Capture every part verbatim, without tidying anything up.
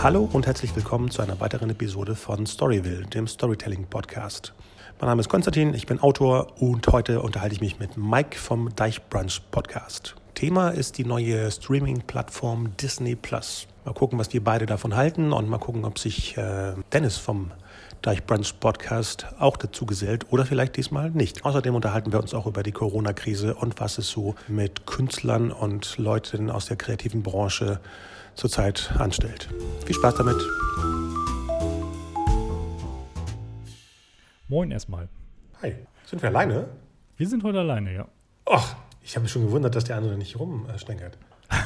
Hallo und herzlich willkommen zu einer weiteren Episode von Storyville, dem Storytelling-Podcast. Mein Name ist Konstantin, ich bin Autor und heute unterhalte ich mich mit Mike vom Deichbrunch Podcast. Thema ist die neue Streaming-Plattform Disney Plus. Mal gucken, was wir beide davon halten und mal gucken, ob sich äh, Dennis vom Deichbrunch Podcast auch dazu gesellt oder vielleicht diesmal nicht. Außerdem unterhalten wir uns auch über die Corona-Krise und was es so mit Künstlern und Leuten aus der kreativen Branche zurzeit anstellt. Viel Spaß damit. Moin erstmal. Hi, sind wir alleine? Wir sind heute alleine, ja. Ach, ich habe mich schon gewundert, dass der andere nicht rumstänkert.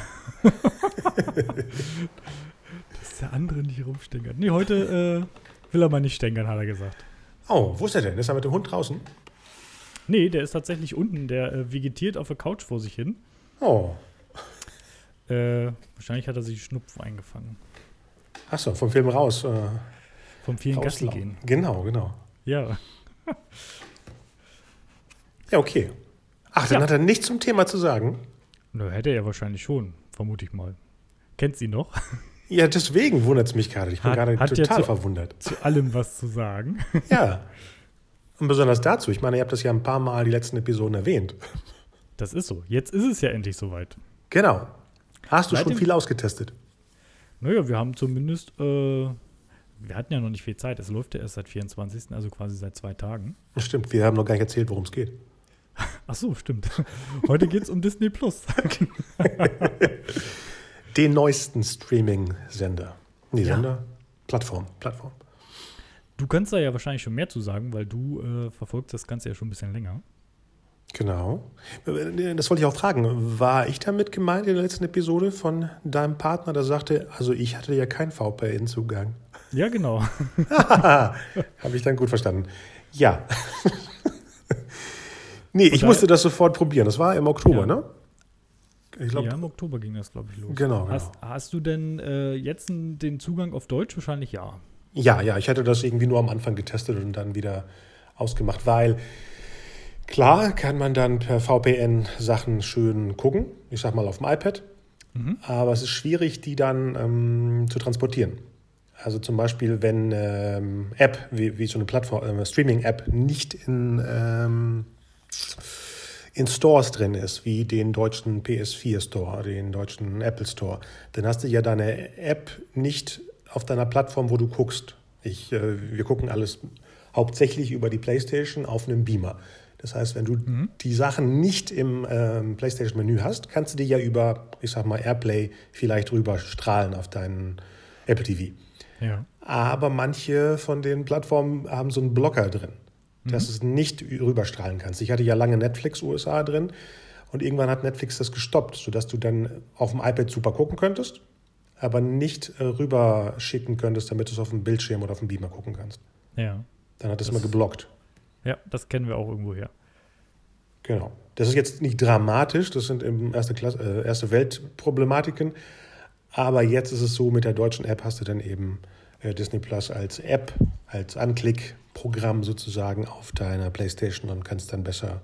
Dass der andere nicht rumstänkert. Nee, heute äh, will er mal nicht stänkern, hat er gesagt. Oh, wo ist er denn? Ist er mit dem Hund draußen? Nee, der ist tatsächlich unten. Der äh, vegetiert auf der Couch vor sich hin. Oh. Äh, wahrscheinlich hat er sich Schnupfen eingefangen. Achso, vom Film raus. Äh, Vom vielen Gassi gehen. Genau, genau. Ja. Ja, okay. Ach, dann Ja. hat er nichts zum Thema zu sagen. Nö, hätte er wahrscheinlich schon, vermute ich mal. Kennt sie noch? Ja, deswegen wundert es mich gerade. Ich bin Hat- gerade hat ja total zu- verwundert. Zu allem was zu sagen. Ja. Und besonders dazu. Ich meine, ihr habt das ja ein paar Mal die letzten Episoden erwähnt. Das ist so. Jetzt ist es ja endlich soweit. Genau. Hast du Seit schon dem- viel ausgetestet? Naja, wir haben zumindest, äh, wir hatten ja noch nicht viel Zeit. Es läuft ja erst seit vierundzwanzigsten, also quasi seit zwei Tagen. Stimmt, wir haben noch gar nicht erzählt, worum es geht. Ach so, stimmt. Heute geht es um Disney Plus. Den neuesten Streaming-Sender. Nee, Ja. Sender? Plattform. Plattform. Du kannst da ja wahrscheinlich schon mehr zu sagen, weil du äh, verfolgst das Ganze ja schon ein bisschen länger. Genau. Das wollte ich auch fragen. War ich damit gemeint in der letzten Episode von deinem Partner, der sagte, also ich hatte ja keinen V P N-Zugang. Ja, genau. Habe ich dann gut verstanden. Ja. Nee, ich da- musste das sofort probieren. Das war im Oktober, Ja. ne? Ich glaube, Ja, im Oktober ging das, glaube ich, los. Genau, genau. Hast, hast du denn äh, jetzt n- den Zugang auf Deutsch? Wahrscheinlich ja. ja, ja, ich hatte das irgendwie nur am Anfang getestet und dann wieder ausgemacht, weil klar kann man dann per V P N Sachen schön gucken, ich sag mal auf dem iPad, Mhm. aber es ist schwierig, die dann ähm, zu transportieren. Also zum Beispiel, wenn ähm, App, wie, wie so eine Plattform, äh, Streaming-App nicht in, ähm, in Stores drin ist, wie den deutschen P S vier Store, den deutschen Apple Store, dann hast du ja deine App nicht auf deiner Plattform, wo du guckst. Ich, äh, wir gucken alles hauptsächlich über die PlayStation auf einem Beamer. Das heißt, wenn du die Sachen nicht im ähm, PlayStation-Menü hast, kannst du die ja über, ich sag mal, Airplay vielleicht rüber strahlen auf deinen Apple T V. Ja. Aber manche von den Plattformen haben so einen Blocker drin, dass du es nicht rüberstrahlen kannst. Ich hatte ja lange Netflix U S A drin und irgendwann hat Netflix das gestoppt, sodass du dann auf dem iPad super gucken könntest, aber nicht äh, rüberschicken könntest, damit du es auf dem Bildschirm oder auf dem Beamer gucken kannst. Ja. Dann hat es Das- immer geblockt. Ja, das kennen wir auch irgendwo her. Genau. Das ist jetzt nicht dramatisch, das sind eben erste, Klasse, äh, erste Welt-Problematiken. Aber jetzt ist es so, mit der deutschen App hast du dann eben äh, Disney Plus als App, als Anklickprogramm sozusagen auf deiner PlayStation und kannst dann besser,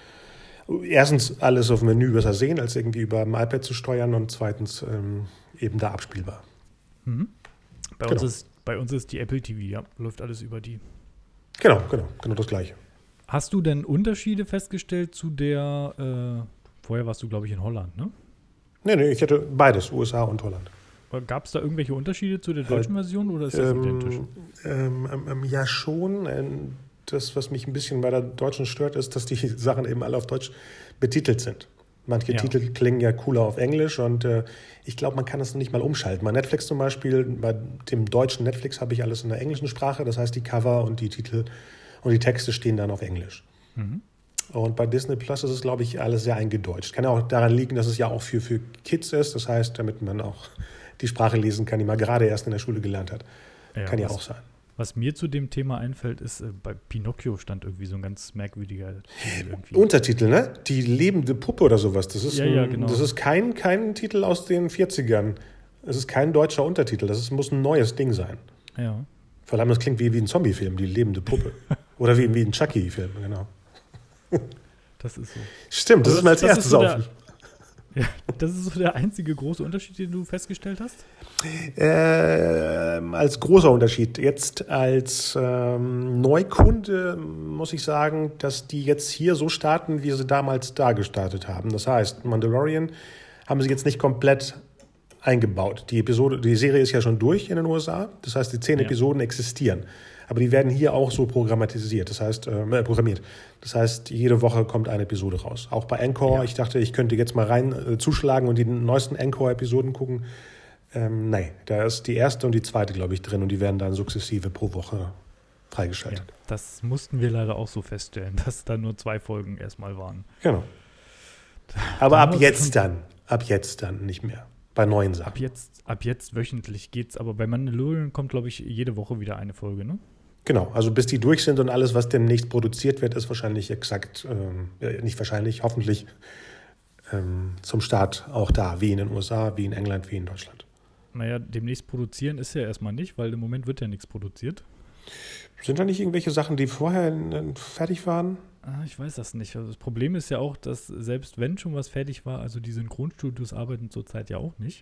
erstens alles auf dem Menü besser sehen, als irgendwie über dem iPad zu steuern und zweitens ähm, eben da abspielbar. Bei, Genau. uns ist, bei uns ist die Apple T V, ja. Läuft alles über die. Genau, genau, genau das Gleiche. Hast du denn Unterschiede festgestellt zu der, äh, vorher warst du, glaube ich, in Holland, ne? Nee, nee, ich hätte beides, U S A und Holland. Gab es da irgendwelche Unterschiede zu der deutschen Version oder ist das identisch? Ähm, ähm, ähm, ja, schon. Ähm, Das, was mich ein bisschen bei der deutschen stört, ist, dass die Sachen eben alle auf Deutsch betitelt sind. Manche Ja. Titel klingen ja cooler auf Englisch und äh, ich glaube, man kann das noch nicht mal umschalten. Bei Netflix zum Beispiel, bei dem deutschen Netflix habe ich alles in der englischen Sprache. Das heißt, die Cover und die Titel und die Texte stehen dann auf Englisch. Mhm. Und bei Disney Plus ist es, glaube ich, alles sehr eingedeutscht. Kann ja auch daran liegen, dass es ja auch für, für Kids ist. Das heißt, damit man auch die Sprache lesen kann, die man gerade erst in der Schule gelernt hat. Kann ja was, auch sein. Was mir zu dem Thema einfällt, ist, äh, bei Pinocchio stand irgendwie so ein ganz merkwürdiger Titel irgendwie. Untertitel, ne? Die lebende Puppe oder sowas. Das ist, Ja, ein, ja, genau. das ist kein, kein Titel aus den vierzigern. Es ist kein deutscher Untertitel. Das ist, muss ein neues Ding sein. Ja. Vor allem, das klingt wie, wie ein Zombie-Film, die lebende Puppe. Oder wie, wie ein Chucky-Film, genau. Das ist so. Stimmt, das, Aber ist mir als das- das erstes ist so der- auf. Ja, das ist so der einzige große Unterschied, den du festgestellt hast? Äh, als großer Unterschied. Jetzt als ähm, Neukunde muss ich sagen, dass die jetzt hier so starten, wie sie damals da gestartet haben. Das heißt, Mandalorian haben sie jetzt nicht komplett eingebaut. Die Episode, die Serie ist ja schon durch in den U S A. Das heißt, die zehn Ja. Episoden existieren. Aber die werden hier auch so programmatisiert, das heißt, äh, programmiert. Das heißt, jede Woche kommt eine Episode raus. Auch bei Anchor, Ja. ich dachte, ich könnte jetzt mal rein äh, zuschlagen und die neuesten Anchor-Episoden gucken. Ähm, nein, da ist die erste und die zweite, glaube ich, drin und die werden dann sukzessive pro Woche freigeschaltet. Ja, das mussten wir leider auch so feststellen, dass da nur zwei Folgen erstmal waren. Genau. Aber Da ab muss schon- jetzt dann, ab jetzt dann nicht mehr. Bei neuen Sachen. Ab jetzt, ab jetzt wöchentlich geht's, aber bei Mandalorian kommt, glaube ich, jede Woche wieder eine Folge, ne? Genau, also bis die durch sind und alles, was demnächst produziert wird, ist wahrscheinlich exakt, ähm, äh, nicht wahrscheinlich, hoffentlich ähm, zum Start auch da, wie in den U S A, wie in England, wie in Deutschland. Naja, demnächst produzieren ist ja erstmal nicht, weil im Moment wird ja nichts produziert. Sind da nicht irgendwelche Sachen, die vorher äh, fertig waren? Ah, ich weiß das nicht. Also das Problem ist ja auch, dass selbst wenn schon was fertig war, also die Synchronstudios arbeiten zurzeit ja auch nicht.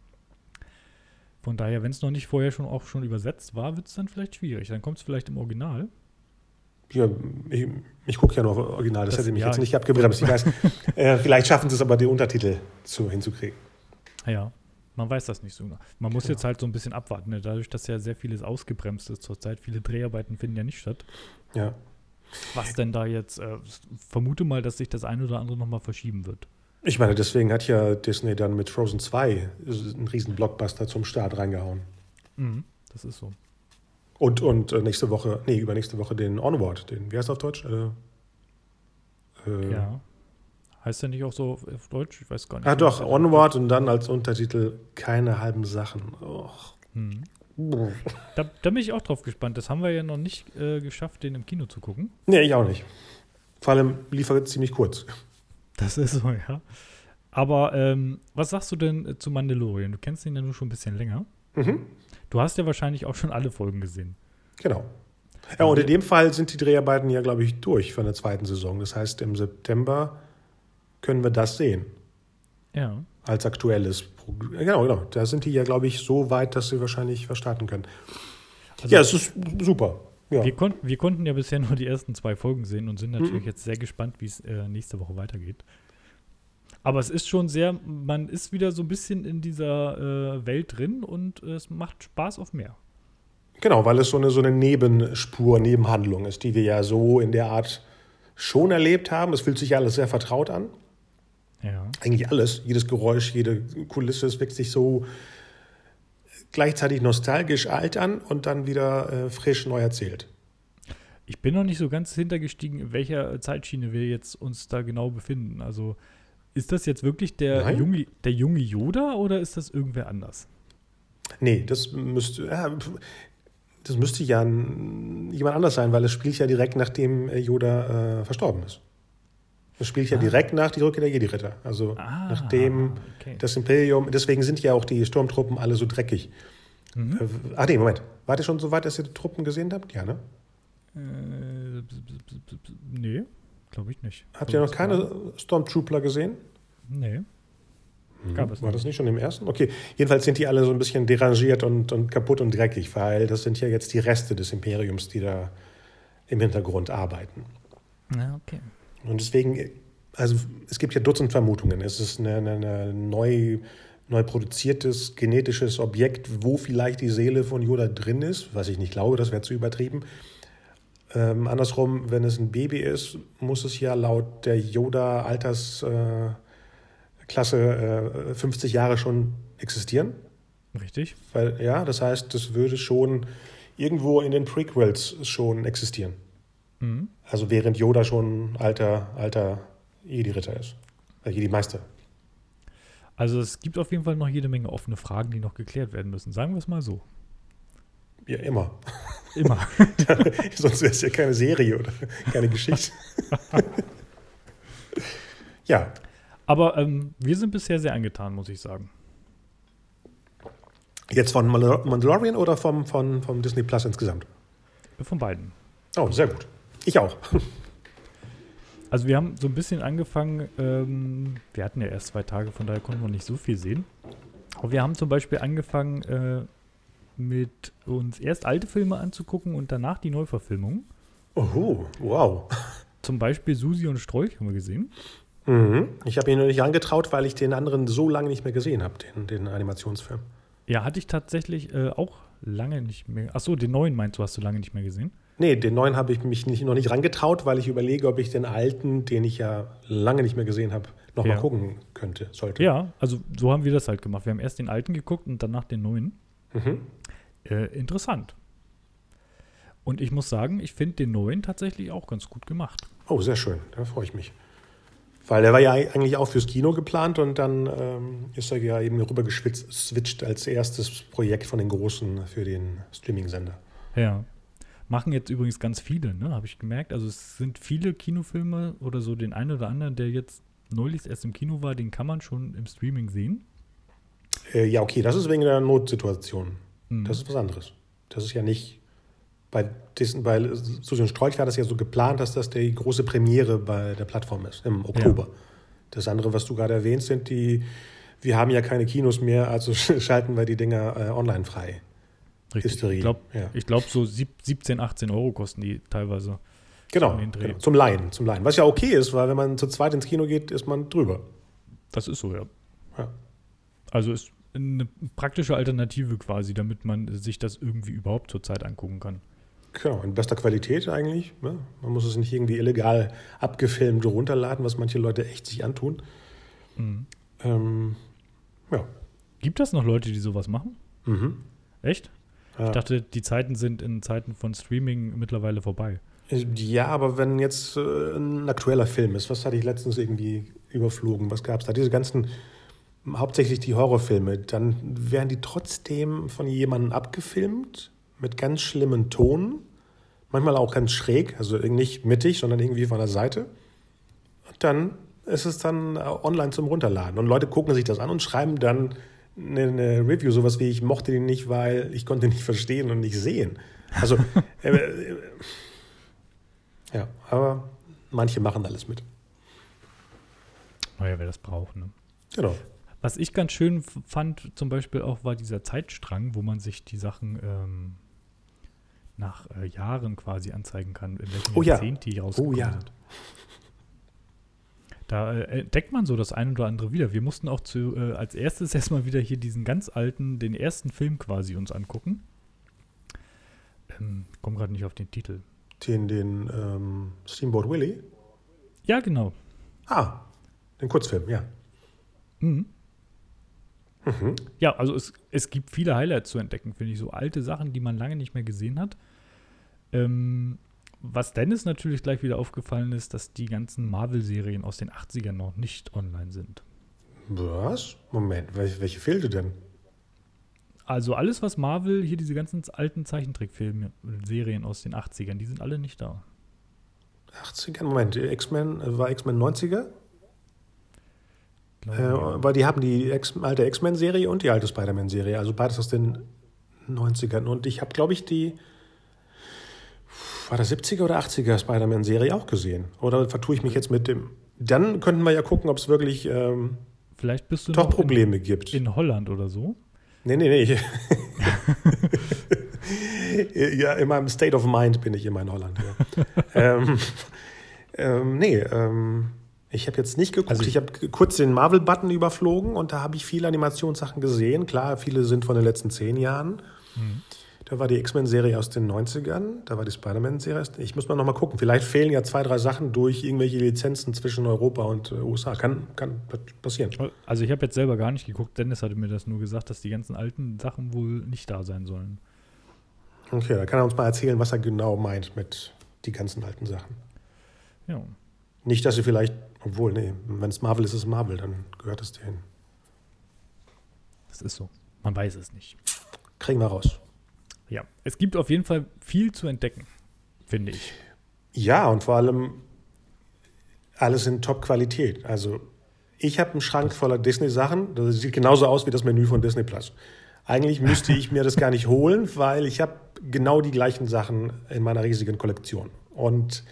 Von daher, wenn es noch nicht vorher schon auch schon übersetzt war, wird es dann vielleicht schwierig. Dann kommt es vielleicht im Original. Ja, ich, ich gucke ja nur auf Original, das, Das- hätte mich ja, jetzt nicht abgebremst. Ich weiß, äh, vielleicht schaffen sie es aber, die Untertitel zu, hinzukriegen. Ja, man weiß das nicht so genau. Man muss Genau. jetzt halt so ein bisschen abwarten. Ne? Dadurch, dass ja sehr vieles ausgebremst ist zurzeit, viele Dreharbeiten finden ja nicht statt. Ja. Was denn da jetzt, äh, vermute mal, dass sich das ein oder andere nochmal verschieben wird. Ich meine, deswegen hat ja Disney dann mit Frozen zwei einen riesen Blockbuster zum Start reingehauen. Mhm, das ist so. Und, und äh, nächste Woche, nee, übernächste Woche den Onward, den, wie heißt der auf Deutsch? Äh, äh, Ja. Heißt der nicht auch so auf, auf Deutsch? Ich weiß gar nicht. Ah doch, Onward und dann als Untertitel keine halben Sachen. Och. Mhm. Da, da bin ich auch drauf gespannt. Das haben wir ja noch nicht äh, geschafft, den im Kino zu gucken. Nee, ich auch nicht. Vor allem liefert ziemlich kurz. Das ist so, ja. Aber ähm, was sagst du denn äh, zu Mandalorian? Du kennst ihn ja nur schon ein bisschen länger. Mhm. Du hast ja wahrscheinlich auch schon alle Folgen gesehen. Genau. Ja, und in dem Fall sind die Dreharbeiten ja, glaube ich, durch für eine zweiten Saison. Das heißt, im September können wir das sehen Ja. als aktuelles Programm. Genau, genau. Da sind die ja, glaube ich, so weit, dass sie wahrscheinlich was starten können. Also ja, es ist super. Ja. wir, kon wir konnten ja bisher nur die ersten zwei Folgen sehen und sind natürlich Mhm. jetzt sehr gespannt, wie es äh, nächste Woche weitergeht. Aber es ist schon sehr, man ist wieder so ein bisschen in dieser äh, Welt drin und äh, es macht Spaß auf mehr. Genau, weil es so eine, so eine Nebenspur, Nebenhandlung ist, die wir ja so in der Art schon erlebt haben. Es fühlt sich ja alles sehr vertraut an. Ja. Eigentlich alles, jedes Geräusch, jede Kulisse, es wirkt sich so gleichzeitig nostalgisch alt an und dann wieder äh, frisch neu erzählt. Ich bin noch nicht so ganz hintergestiegen, in welcher Zeitschiene wir jetzt uns da genau befinden. Also ist das jetzt wirklich der Nein. junge, der junge Yoda oder ist das irgendwer anders? Nee, das müsste, ja, das müsste ja ein, jemand anders sein, weil es spielt ja direkt nachdem äh, Yoda äh, verstorben ist. Es spielt ja Ah. direkt nach die Rückkehr der Jedi-Ritter. Also Ah, nachdem okay. das Imperium, deswegen sind ja auch die Sturmtruppen alle so dreckig. Mhm. Äh, ah nee, Moment. Wart ihr schon so weit, dass ihr die Truppen gesehen habt? Ja, ne? Äh, b- b- b- b- nee, glaube ich nicht. Habt ihr noch keine Stormtrooper gesehen? Nee. Gab es War noch das nicht schon im ersten? Okay, jedenfalls sind die alle so ein bisschen derangiert und, und kaputt und dreckig, weil das sind ja jetzt die Reste des Imperiums, die da im Hintergrund arbeiten. Ja, okay. Und deswegen, also es gibt ja Dutzend Vermutungen. Es ist eine, eine, eine neu, neu produziertes genetisches Objekt, wo vielleicht die Seele von Yoda drin ist, was ich nicht glaube, das wäre zu übertrieben. Ähm, andersrum, wenn es ein Baby ist, muss es ja laut der Yoda-Altersklasse äh, äh, fünfzig Jahre schon existieren. Richtig. Weil, ja, das heißt, das würde schon irgendwo in den Prequels schon existieren. Mhm. Also während Yoda schon alter, alter Jedi-Ritter ist. Äh, Jedi-Meister. Also es gibt auf jeden Fall noch jede Menge offene Fragen, die noch geklärt werden müssen. Sagen wir es mal so. Ja, immer. Immer. Sonst wäre es ja keine Serie oder keine Geschichte. Ja, Aber ähm, wir sind bisher sehr angetan, muss ich sagen. jetzt von Mandal- Mandalorian oder vom, von, vom Disney Plus insgesamt? Von beiden. Oh, sehr gut. Ich auch. Also wir haben so ein bisschen angefangen, ähm, wir hatten ja erst zwei Tage, von daher konnten wir nicht so viel sehen. Aber wir haben zum Beispiel angefangen, äh, mit uns erst alte Filme anzugucken und danach die Neuverfilmung. Oh, wow. Zum Beispiel Susi und Strolch haben wir gesehen. Mhm. Ich habe ihn noch nicht angetraut, weil ich den anderen so lange nicht mehr gesehen habe, den, den Animationsfilm. Ja, hatte ich tatsächlich äh, auch lange nicht mehr. Achso, den neuen meinst du, hast du lange nicht mehr gesehen? Nee, den neuen habe ich mich nicht, noch nicht rangetraut, weil ich überlege, ob ich den alten, den ich ja lange nicht mehr gesehen habe, noch Ja. mal gucken könnte, sollte. Ja, also so haben wir das halt gemacht. Wir haben erst den alten geguckt und danach den neuen. Mhm. Äh, interessant. Und ich muss sagen, ich finde den neuen tatsächlich auch ganz gut gemacht. Oh, sehr schön, da freue ich mich. Weil der war ja eigentlich auch fürs Kino geplant und dann ähm, ist er ja eben rüber geswitcht als erstes Projekt von den Großen für den Streaming-Sender. Ja. Machen jetzt übrigens ganz viele, ne? Habe ich gemerkt. Also es sind viele Kinofilme oder so, den einen oder anderen, der jetzt neulich erst im Kino war, den kann man schon im Streaming sehen. Äh, ja, okay, das ist wegen der Notsituation. Mhm. Das ist was anderes. Das ist ja nicht bei, Disney, bei Susi und Strolch war das ja so geplant, dass das die große Premiere bei der Plattform ist im Oktober. Ja. Das andere, was du gerade erwähnst, sind die, wir haben ja keine Kinos mehr, also schalten wir die Dinger äh, online frei. Richtig. Hysterie. Ich glaube, ja. glaub, so siebzehn, achtzehn Euro kosten die teilweise. Genau, genau, zum Leihen, zum Leihen. Was ja okay ist, weil wenn man zu zweit ins Kino geht, ist man drüber. Das ist so, ja. ja. Also ist eine praktische Alternative quasi, damit man sich das irgendwie überhaupt zur Zeit angucken kann. Genau, in bester Qualität eigentlich. Ne? Man muss es nicht irgendwie illegal abgefilmt runterladen, was manche Leute echt sich antun. Mhm. Ähm, ja. Gibt das noch Leute, die sowas machen? Mhm. Echt? Ja. Ich dachte, die Zeiten sind in Zeiten von Streaming mittlerweile vorbei. Ja, aber wenn jetzt äh, ein aktueller Film ist, was hatte ich letztens irgendwie überflogen, was gab es da? Diese ganzen, hauptsächlich die Horrorfilme, dann werden die trotzdem von jemandem abgefilmt, mit ganz schlimmen Ton, manchmal auch ganz schräg, also nicht mittig, sondern irgendwie von der Seite. Und dann ist es dann online zum Runterladen. Und Leute gucken sich das an und schreiben dann eine, eine Review, sowas wie, ich mochte den nicht, weil ich konnte ihn nicht verstehen und nicht sehen. Also, äh, äh, ja, aber manche machen alles mit. Naja, wer das braucht, ne? Genau. Was ich ganz schön f- fand, zum Beispiel auch, war dieser Zeitstrang, wo man sich die Sachen ähm, nach äh, Jahren quasi anzeigen kann, in welchem Oh ja. Jahrzehnt die rausgekommen Oh ja. sind. Da äh, entdeckt man so das eine oder andere wieder. Wir mussten auch zu, äh, als erstes erstmal wieder hier diesen ganz alten, den ersten Film quasi uns angucken. Ähm, ich komme gerade nicht auf den Titel. Den, den ähm, Steamboat Willie? Ja, genau. Ah, den Kurzfilm, ja. Mhm. Mhm. Ja, also es, es gibt viele Highlights zu entdecken, finde ich. So alte Sachen, die man lange nicht mehr gesehen hat. Ähm, was Dennis natürlich gleich wieder aufgefallen ist, dass die ganzen Marvel-Serien aus den achtzigern noch nicht online sind. Was? Moment, welche, welche fehlte denn? Also alles, was Marvel, hier diese ganzen alten Zeichentrickfilme, Serien aus den achtzigern, die sind alle nicht da. achtziger? Moment, X-Men, äh, war X-Men neunziger? Glaube, Äh, ja. weil die haben die X- alte X-Men-Serie und die alte Spider-Man-Serie, also beides aus den neunzigern. Und ich habe, glaube ich, die, war das siebziger oder achtziger Spider-Man-Serie auch gesehen. Oder vertue ich mich jetzt mit dem? Dann könnten wir ja gucken, ob es wirklich ähm, Vielleicht bist du doch noch Probleme gibt. in, in Holland oder so. Nee, nee, nee. Ja, in meinem State of Mind bin ich immer in Holland. Ja. ähm, ähm, nee, ähm, ich habe jetzt nicht geguckt. Also ich ich- habe kurz den Marvel-Button überflogen und da habe ich viele Animationssachen gesehen. Klar, viele sind von den letzten zehn Jahren. Mhm. Da war die X-Men-Serie aus den neunzigern, da war die Spider-Man-Serie. aus- Ich muss mal noch mal gucken. Vielleicht fehlen ja zwei, drei Sachen durch irgendwelche Lizenzen zwischen Europa und äh, U S A. Kann, kann passieren. Also ich habe jetzt selber gar nicht geguckt. Dennis hatte mir das nur gesagt, dass die ganzen alten Sachen wohl nicht da sein sollen. Okay, da kann er uns mal erzählen, was er genau meint mit die ganzen alten Sachen. Ja. Nicht, dass sie vielleicht, obwohl, nee, wenn es Marvel ist, ist es Marvel, dann gehört es denen. Das ist so. Man weiß es nicht. Kriegen wir raus. Ja, es gibt auf jeden Fall viel zu entdecken, finde ich. Ja, und vor allem alles in Top-Qualität. Also ich habe einen Schrank voller Disney-Sachen. Das sieht genauso aus wie das Menü von Disney Plus. Eigentlich müsste ich mir das gar nicht holen, weil ich habe genau die gleichen Sachen in meiner riesigen Kollektion. Und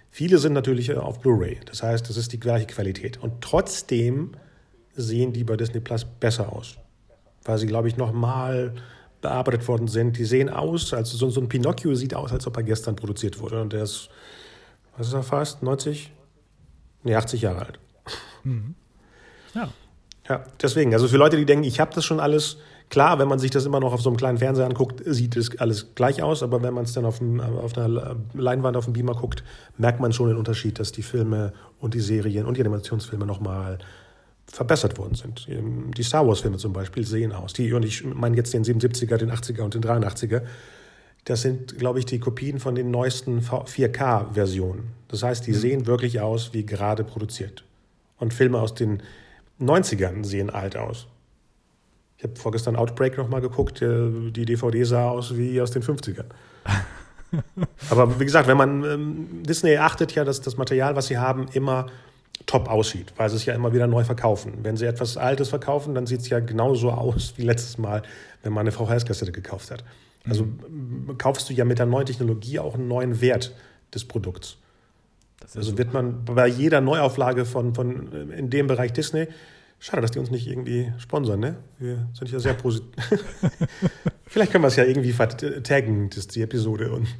Viele sind natürlich auf Blu-ray. Das heißt, das ist die gleiche Qualität. Und trotzdem sehen die bei Disney Plus besser aus. Weil sie, glaube ich, nochmal bearbeitet worden sind. Die sehen aus, also so, so ein Pinocchio sieht aus, als ob er gestern produziert wurde. Und der ist, was ist er fast? neunzig? Nee, achtzig Jahre alt. Mhm. Ja. Ja, deswegen, also für Leute, die denken, ich habe das schon alles, klar, wenn man sich das immer noch auf so einem kleinen Fernseher anguckt, sieht es alles gleich aus, aber wenn man es dann auf, dem, auf einer Leinwand, auf dem Beamer guckt, merkt man schon den Unterschied, dass die Filme und die Serien und die Animationsfilme nochmal verbessert worden sind. Die Star Wars-Filme zum Beispiel sehen aus. Die, und ich meine jetzt den siebenundsiebziger, den achtziger und den dreiundachtziger. Das sind, glaube ich, die Kopien von den neuesten vier K-Versionen. Das heißt, die mhm. sehen wirklich aus wie gerade produziert. Und Filme aus den neunzigern sehen alt aus. Ich habe vorgestern Outbreak nochmal geguckt. Die D V D sah aus wie aus den fünfzigern. Aber wie gesagt, wenn man ähm, Disney achtet ja, dass das Material, was sie haben, immer top aussieht, weil sie es ja immer wieder neu verkaufen. Wenn sie etwas Altes verkaufen, dann sieht es ja genauso aus wie letztes Mal, wenn man eine V H S-Kassette gekauft hat. Also mhm. kaufst du ja mit der neuen Technologie auch einen neuen Wert des Produkts. Also wird man bei jeder Neuauflage von, von in dem Bereich Disney, schade, dass die uns nicht irgendwie sponsern, ne? Wir sind ja sehr positiv. Vielleicht können wir es ja irgendwie vertaggen, das, die Episode. Und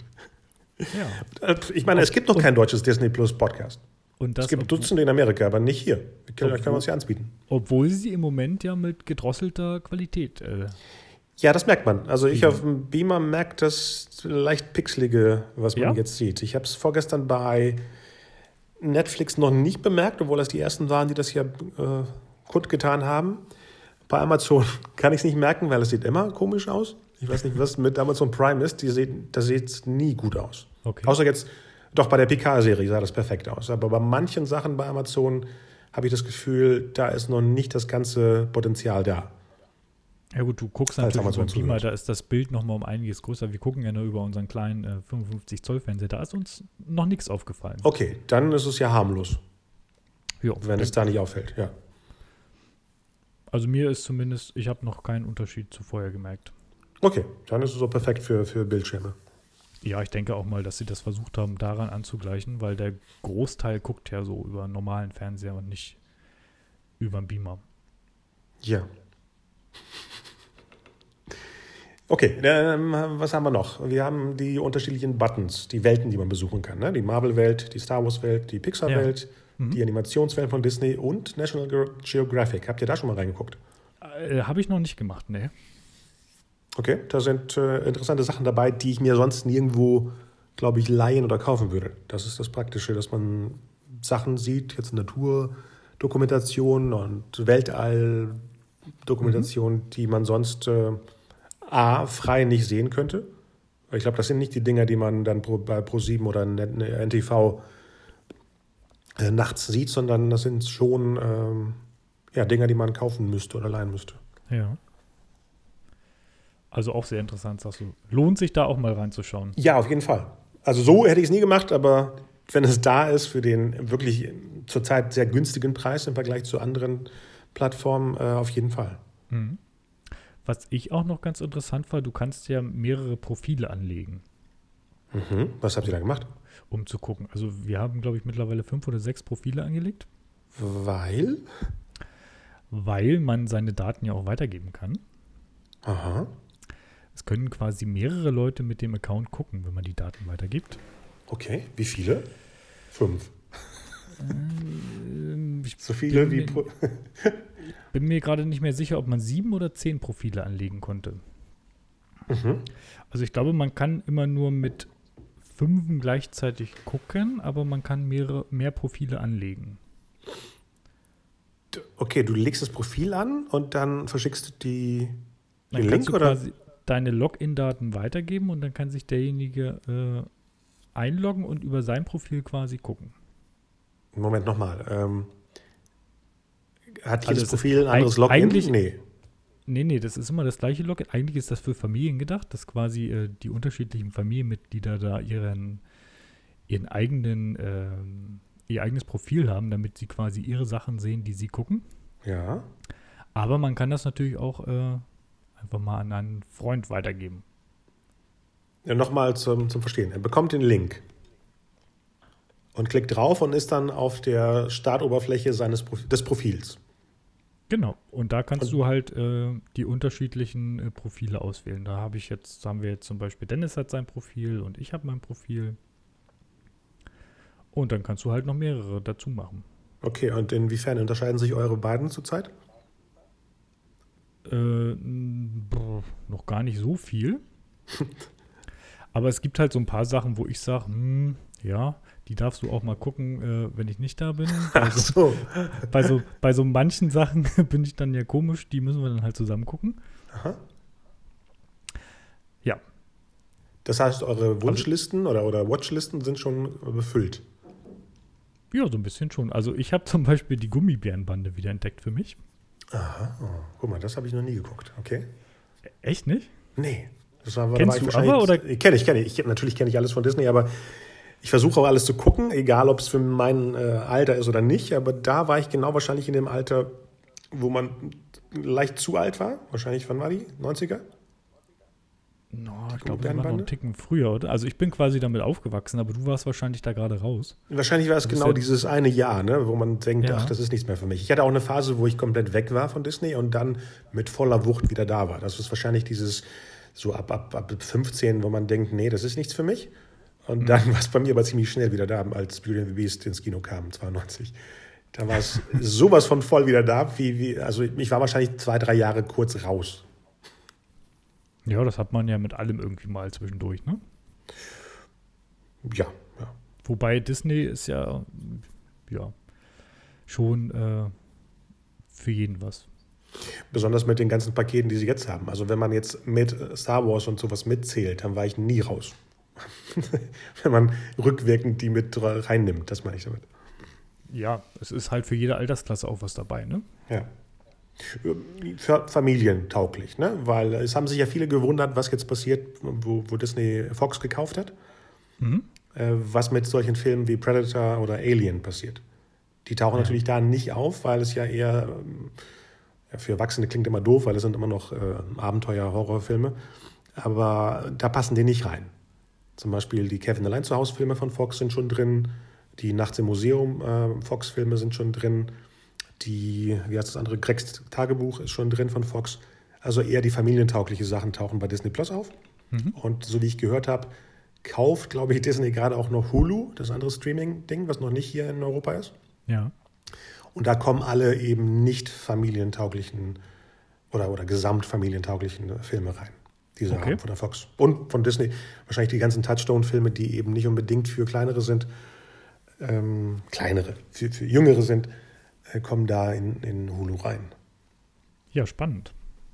ja. Ich meine, es gibt noch kein deutsches Disney Plus Podcast. Und das, es gibt Dutzende in Amerika, aber nicht hier. Wir können, obwohl, können wir uns ja anbieten. Obwohl sie im Moment ja mit gedrosselter Qualität. Äh, ja, das merkt man. Also ich auf dem Beamer merke das leicht Pixelige, was man ja? jetzt sieht. Ich habe es vorgestern bei Netflix noch nicht bemerkt, obwohl das die ersten waren, die das hier äh, kundgetan haben. Bei Amazon kann ich es nicht merken, weil es sieht immer komisch aus. Ich weiß nicht, was mit Amazon Prime ist. Die sieht, das sieht nie gut aus. Okay. Außer jetzt, doch bei der Picard-Serie sah das perfekt aus. Aber bei manchen Sachen bei Amazon habe ich das Gefühl, da ist noch nicht das ganze Potenzial da. Ja gut, du guckst natürlich über den Beamer, da ist das Bild noch mal um einiges größer. Wir gucken ja nur über unseren kleinen äh, fünfundfünfzig Zoll Fernseher. Da ist uns noch nichts aufgefallen. Okay, dann ist es ja harmlos. Jo, wenn es da nicht auffällt, ja. Also mir ist zumindest, ich habe noch keinen Unterschied zu vorher gemerkt. Okay, dann ist es so perfekt für, für Bildschirme. Ja, ich denke auch mal, dass sie das versucht haben, daran anzugleichen, weil der Großteil guckt ja so über einen normalen Fernseher und nicht über einen Beamer. Ja. Okay, ähm, was haben wir noch? Wir haben die unterschiedlichen Buttons, die Welten, die man besuchen kann. Ne? Die Marvel-Welt, die Star Wars-Welt, die Pixar-Welt, ja. mhm. die Animationswelt von Disney und National Geographic. Habt ihr da schon mal reingeguckt? Äh, Habe ich noch nicht gemacht, ne. Okay, da sind äh, interessante Sachen dabei, die ich mir sonst nirgendwo, glaube ich, leihen oder kaufen würde. Das ist das Praktische, dass man Sachen sieht, jetzt Naturdokumentation und Weltall-Dokumentation, mhm. die man sonst äh, A, frei nicht sehen könnte. Ich glaube, das sind nicht die Dinger, die man dann pro, bei ProSieben oder N T V äh, nachts sieht, sondern das sind schon ähm, ja, Dinger, die man kaufen müsste oder leihen müsste. Ja. Also auch sehr interessant, sagst du. Lohnt sich da auch mal reinzuschauen? Ja, auf jeden Fall. Also so hätte ich es nie gemacht, aber wenn es da ist für den wirklich zurzeit sehr günstigen Preis im Vergleich zu anderen Plattformen, äh, auf jeden Fall. Mhm. Was ich auch noch ganz interessant fand, du kannst ja mehrere Profile anlegen. Mhm. Was habt ihr da gemacht? Um zu gucken. Also wir haben, glaube ich, mittlerweile fünf oder sechs Profile angelegt. Weil? Weil man seine Daten ja auch weitergeben kann. Aha. Es können quasi mehrere Leute mit dem Account gucken, wenn man die Daten weitergibt. Okay, wie viele? Fünf. Ähm, so viele wie... Pro- Ich bin mir gerade nicht mehr sicher, ob man sieben oder zehn Profile anlegen konnte. Mhm. Also ich glaube, man kann immer nur mit fünf gleichzeitig gucken, aber man kann mehrere, mehr Profile anlegen. Okay, du legst das Profil an und dann verschickst du die, den den Link, Link, du oder? Quasi deine Login-Daten weitergeben und dann kann sich derjenige äh, einloggen und über sein Profil quasi gucken. Moment, nochmal. Ähm, hat jedes Also Profil ein anderes Login? Eigentlich, nee. Nee, nee, das ist immer das gleiche Login. Eigentlich ist das für Familien gedacht, dass quasi äh, die unterschiedlichen Familienmitglieder da ihren, ihren eigenen, ähm, ihr eigenes Profil haben, damit sie quasi ihre Sachen sehen, die sie gucken. Ja. Aber man kann das natürlich auch äh, einfach mal an einen Freund weitergeben. Ja, nochmal zum, zum Verstehen. Er bekommt den Link. und klickt drauf und ist dann auf der Startoberfläche seines Prof- des Profils. Genau. Und da kannst Und- du halt äh, die unterschiedlichen äh, Profile auswählen. Da habe ich jetzt, haben wir jetzt zum Beispiel, Dennis hat sein Profil und ich habe mein Profil. Und dann kannst du halt noch mehrere dazu machen. Okay, und inwiefern unterscheiden sich eure beiden zurzeit? Äh, m, brr, noch gar nicht so viel. Aber es gibt halt so ein paar Sachen, wo ich sage, hm, ja, die darfst du auch mal gucken, äh, wenn ich nicht da bin. Bei Ach so, so. bei, so, bei so manchen Sachen bin ich dann ja komisch, die müssen wir dann halt zusammen gucken. Aha. Ja. Das heißt, eure Wunschlisten oder, oder Watchlisten sind schon befüllt. Ja, so ein bisschen schon. Also ich habe zum Beispiel die Gummibärenbande wieder entdeckt für mich. Aha. Oh, guck mal, das habe ich noch nie geguckt. Okay. Echt nicht? Nee. Das war, Kennst war ich du wahrscheinlich- aber, oder? Kenne ich, kenne ich. ich. Natürlich kenne ich alles von Disney, aber ich versuche auch alles zu gucken, egal ob es für mein äh, Alter ist oder nicht. Aber da war ich genau wahrscheinlich in dem Alter, wo man leicht zu alt war. Wahrscheinlich, wann war die? neunziger? No, ich glaube, das war noch Gummibärenbande? einen Ticken früher, oder? Also ich bin quasi damit aufgewachsen, aber du warst wahrscheinlich da gerade raus. Wahrscheinlich war es Das ist genau ja- dieses eine Jahr, ne, wo man denkt, Ja. ach, das ist nichts mehr für mich. Ich hatte auch eine Phase, wo ich komplett weg war von Disney und dann mit voller Wucht wieder da war. Das ist wahrscheinlich dieses so ab, ab, ab fünfzehn, wo man denkt, nee, das ist nichts für mich. Und dann war es bei mir aber ziemlich schnell wieder da, als Beauty and the Beast ins Kino kam, zweiundneunzig. Da war es sowas von voll wieder da, wie, wie, also ich war wahrscheinlich zwei, drei Jahre kurz raus. Ja, das hat man ja mit allem irgendwie mal zwischendurch, ne? Ja, ja. Wobei Disney ist ja, ja, schon äh, für jeden was. Besonders mit den ganzen Paketen, die sie jetzt haben. Also wenn man jetzt mit Star Wars und sowas mitzählt, dann war ich nie raus. Wenn man rückwirkend die mit reinnimmt, das meine ich damit. Ja, es ist halt für jede Altersklasse auch was dabei, ne? Ja. Für familientauglich, ne? Weil es haben sich ja viele gewundert, was jetzt passiert, wo, wo Disney Fox gekauft hat. Mhm. Äh, was mit solchen Filmen wie Predator oder Alien passiert. Die tauchen Ja. natürlich da nicht auf, weil es ja eher ähm, ja, für Erwachsene klingt immer doof, weil es sind immer noch äh, Abenteuer-Horrorfilme. Aber da passen die nicht rein. Zum Beispiel die Kevin allein zu Hause Filme von Fox sind schon drin. Die Nachts im Museum äh, Fox-Filme sind schon drin. Die, wie heißt das andere, Gregs Tagebuch ist schon drin von Fox. Also eher die familientaugliche Sachen tauchen bei Disney Plus auf. Mhm. Und so wie ich gehört habe, kauft, glaube ich, Disney gerade auch noch Hulu, das andere Streaming-Ding, was noch nicht hier in Europa ist. Ja. Und da kommen alle eben nicht familientauglichen oder, oder gesamtfamilientauglichen Filme rein, die sie Okay. haben von der Fox. Und von Disney wahrscheinlich die ganzen Touchstone-Filme, die eben nicht unbedingt für kleinere sind, ähm, kleinere, für, für jüngere sind, äh, kommen da in, in Hulu rein. Ja, spannend.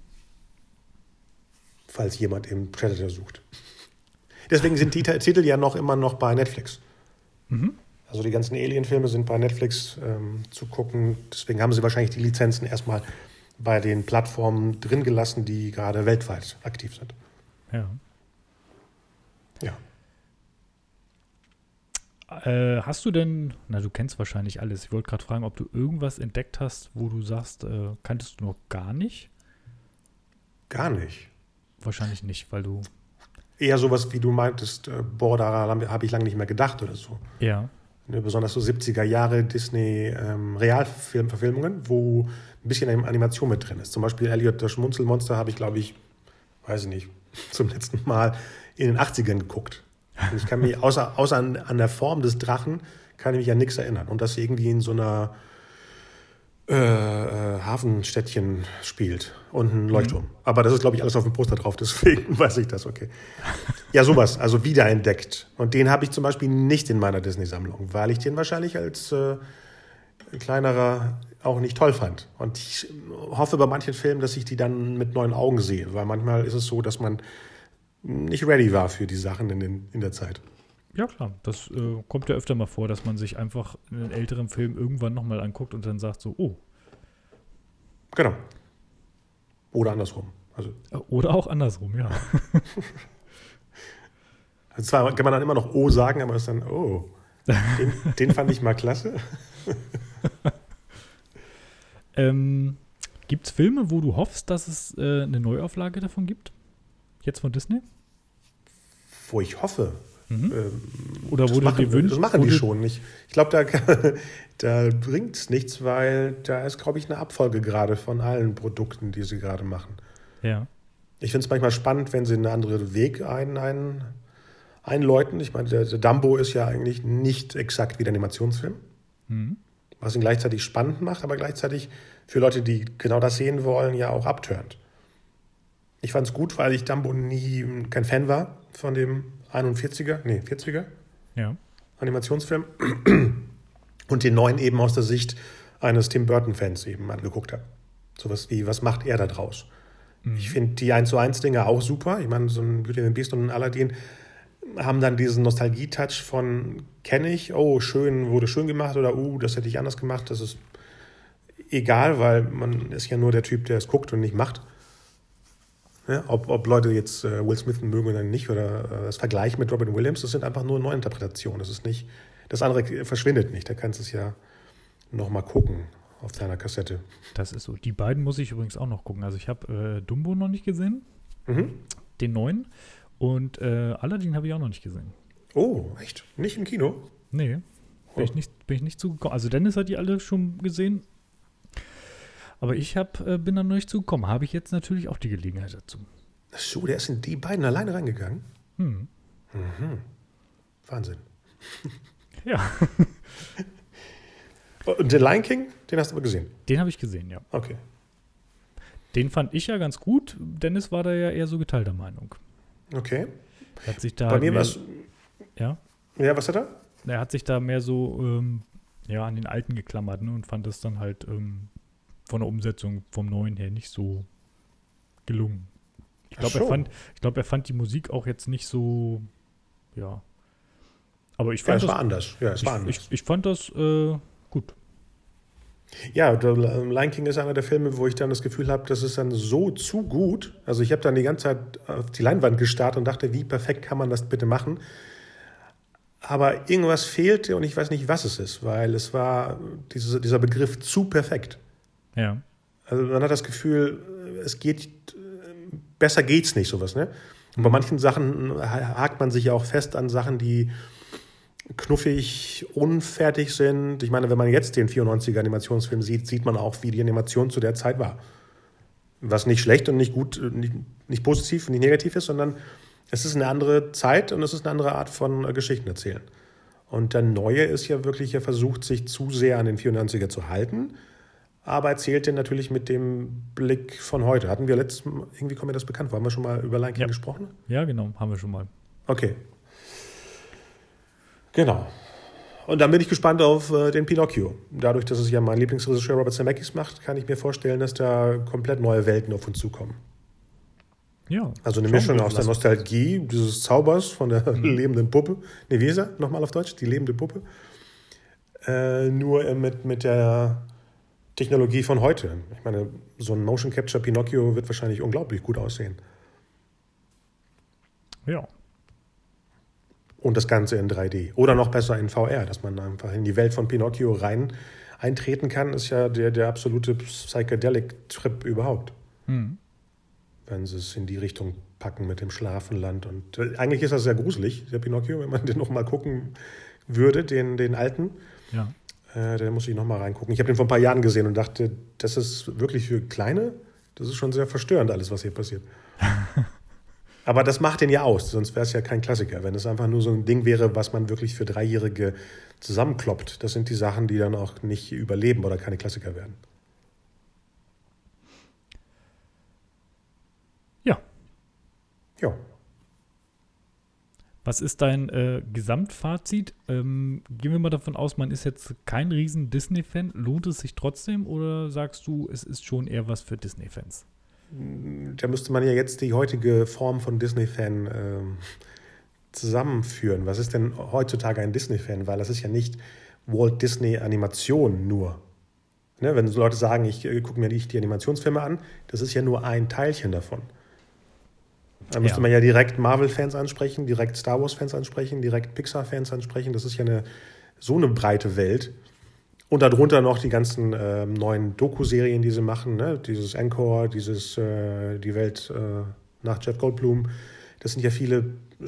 Falls jemand eben Predator sucht. Deswegen sind die T- Titel ja noch immer noch bei Netflix. Mhm. Also die ganzen Alien-Filme sind bei Netflix ähm, zu gucken. Deswegen haben sie wahrscheinlich die Lizenzen erstmal bei den Plattformen drin gelassen, die gerade weltweit aktiv sind. Ja. Ja. Äh, hast du denn, na, du kennst wahrscheinlich alles. Ich wollte gerade fragen, ob du irgendwas entdeckt hast, wo du sagst, äh, kanntest du noch gar nicht? Gar nicht. Wahrscheinlich nicht, weil du, Eher sowas, wie du meintest, äh, boah, daran habe ich lange nicht mehr gedacht oder so. ja, Ne, besonders so siebziger Jahre Disney ähm, Realfilmverfilmungen, wo ein bisschen Animation mit drin ist. Zum Beispiel Elliot, das Schmunzelmonster, habe ich, glaube ich, weiß ich nicht, zum letzten Mal in den achtzigern geguckt. Und ich kann mich, außer, außer an, an der Form des Drachen, kann ich mich an nichts erinnern. Und das irgendwie in so einer äh, äh, Hafenstädtchen spielt und ein Leuchtturm. Aber das ist, glaube ich, alles auf dem Poster drauf, deswegen weiß ich das, okay. Ja, sowas, also wiederentdeckt. Und den habe ich zum Beispiel nicht in meiner Disney-Sammlung, weil ich den wahrscheinlich als äh, kleinerer auch nicht toll fand. Und ich hoffe bei manchen Filmen, dass ich die dann mit neuen Augen sehe, weil manchmal ist es so, dass man nicht ready war für die Sachen in, den, in der Zeit. ja klar. Das äh, kommt ja öfter mal vor, dass man sich einfach einen älteren Film irgendwann nochmal anguckt und dann sagt so, oh. Genau. Oder andersrum. Also, Äh, Oder auch andersrum, ja. also zwar kann man dann immer noch O sagen, aber es ist dann, oh, den, den fand ich mal klasse. ähm, Gibt es Filme, wo du hoffst, dass es äh, eine Neuauflage davon gibt? Jetzt von Disney? Wo ich hoffe, Mhm. Ähm, Oder wo das du machen, dir wünschst. das machen wo die du- schon nicht. Ich glaube, da, da bringt es nichts, weil da ist, glaube ich, eine Abfolge gerade von allen Produkten, die sie gerade machen. Ja. Ich finde es manchmal spannend, wenn sie einen anderen Weg ein, ein, einläuten. Ich meine, der, der Dumbo ist ja eigentlich nicht exakt wie der Animationsfilm, Mhm. was ihn gleichzeitig spannend macht, aber gleichzeitig für Leute, die genau das sehen wollen, ja auch abturnt. Ich fand es gut, weil ich Dumbo nie kein Fan war von dem einundvierziger, nee, vierziger Ja. Animationsfilm und den neuen eben aus der Sicht eines Tim Burton-Fans eben angeguckt habe. Sowas wie, was macht er da draus? Mhm. Ich finde die eins zu eins Dinger auch super. Ich meine, so ein Beauty and the Beast und ein Aladdin haben dann diesen Nostalgie-Touch von, kenne ich, oh, schön, wurde schön gemacht oder, uh, das hätte ich anders gemacht. Das ist egal, weil man ist ja nur der Typ, der es guckt und nicht macht. Ja, ob, ob Leute jetzt äh, Will Smith mögen oder nicht oder äh, das Vergleich mit Robin Williams, das sind einfach nur Neuinterpretationen. Das ist nicht, das andere verschwindet nicht. Da kannst du es ja nochmal gucken auf deiner Kassette. Das ist so. Die beiden muss ich übrigens auch noch gucken. Also ich habe äh, Dumbo noch nicht gesehen, Mhm. den neuen. Und äh, Aladdin habe ich auch noch nicht gesehen. Oh, echt? Nicht im Kino? Nee, bin, Oh. ich nicht, bin ich nicht zugekommen. Also Dennis hat die alle schon gesehen. Aber ich hab, äh, bin da noch nicht zugekommen. Habe ich jetzt natürlich auch die Gelegenheit dazu. Ach so, der ist in die beiden alleine reingegangen? Hm. Mhm. Wahnsinn. Ja, Und den Lion King, den hast du aber gesehen? den habe ich gesehen, ja. Okay. Den fand ich ja ganz gut. Dennis war da ja eher so geteilter Meinung. Okay. Er hat sich da Bei mir mehr, war es. ja, Ja, was hat er? er hat sich da mehr so ähm, ja, an den Alten geklammert, ne, und fand das dann halt ähm, von der Umsetzung vom Neuen her nicht so gelungen. Ich Ach glaube, so. er fand, ich glaube, er fand die Musik auch jetzt nicht so, ja. Aber ich Ja, fand es das, war anders. Ja, es ich, war anders. ich, ich fand das äh, gut. Ja, der Lion King ist einer der Filme, wo ich dann das Gefühl habe, das ist dann so zu gut. Also ich habe dann die ganze Zeit auf die Leinwand gestarrt und dachte, wie perfekt kann man das bitte machen? Aber irgendwas fehlte und ich weiß nicht, was es ist, weil es war diese, dieser Begriff zu perfekt. Ja. Also man hat das Gefühl, es geht, besser geht's nicht, sowas, ne? Und bei manchen Sachen hakt man sich ja auch fest an Sachen, die knuffig, unfertig sind. Ich meine, wenn man jetzt den vierundneunziger Animationsfilm sieht, sieht man auch, wie die Animation zu der Zeit war. Was nicht schlecht und nicht gut, nicht, nicht positiv und nicht negativ ist, sondern es ist eine andere Zeit und es ist eine andere Art von äh, Geschichten erzählen. Und der Neue ist ja wirklich, er versucht, sich zu sehr an den vierundneunziger zu halten, aber erzählt den natürlich mit dem Blick von heute. Hatten wir letztes Mal, irgendwie kommt mir das bekannt vor, haben wir schon mal über Lion King Ja. gesprochen? Ja, genau, haben wir schon mal. Okay. Genau. Und dann bin ich gespannt auf äh, den Pinocchio. Dadurch, dass es ja mein Lieblingsregisseur Robert Zemeckis macht, kann ich mir vorstellen, dass da komplett neue Welten auf uns zukommen. Ja. Also eine schauen Mischung wir, aus der lass- Nostalgie, dieses Zaubers von der lebenden Puppe. Nee, wie ist er? Nochmal auf Deutsch? Die lebende Puppe. Äh, nur äh, mit, mit der Technologie von heute. Ich meine, so ein Motion Capture Pinocchio wird wahrscheinlich unglaublich gut aussehen. Ja. Und das Ganze in drei D. Oder noch besser in V R, dass man einfach in die Welt von Pinocchio rein eintreten kann, ist ja der, der absolute Psychedelic-Trip überhaupt. Hm. Wenn sie es in die Richtung packen mit dem Schlafenland. Und äh, eigentlich ist das sehr gruselig, der Pinocchio, wenn man den noch mal gucken würde, den, den alten. Ja. Äh, da muss ich noch mal reingucken. Ich habe den vor ein paar Jahren gesehen und dachte, das ist wirklich für Kleine, das ist schon sehr verstörend, alles, was hier passiert. Aber das macht den ja aus, sonst wäre es ja kein Klassiker. Wenn es einfach nur so ein Ding wäre, was man wirklich für Dreijährige zusammenkloppt, das sind die Sachen, die dann auch nicht überleben oder keine Klassiker werden. Ja. Ja. Was ist dein äh, Gesamtfazit? Ähm, gehen wir mal davon aus, man ist jetzt kein riesen Disney-Fan. Lohnt es sich trotzdem oder sagst du, es ist schon eher was für Disney-Fans? Da müsste man ja jetzt die heutige Form von Disney-Fan ähm, zusammenführen. Was ist denn heutzutage ein Disney-Fan? Weil das ist ja nicht Walt Disney Animation nur. Ne? Wenn so Leute sagen, ich äh, gucke mir nicht die Animationsfilme an, das ist ja nur ein Teilchen davon. Da müsste Ja. man ja direkt Marvel-Fans ansprechen, direkt Star Wars-Fans ansprechen, direkt Pixar-Fans ansprechen. Das ist ja eine, so eine breite Welt. Und darunter noch die ganzen äh, neuen Doku-Serien, die sie machen, ne? Dieses Encore, dieses äh, Die Welt äh, nach Jeff Goldblum. Das sind ja viele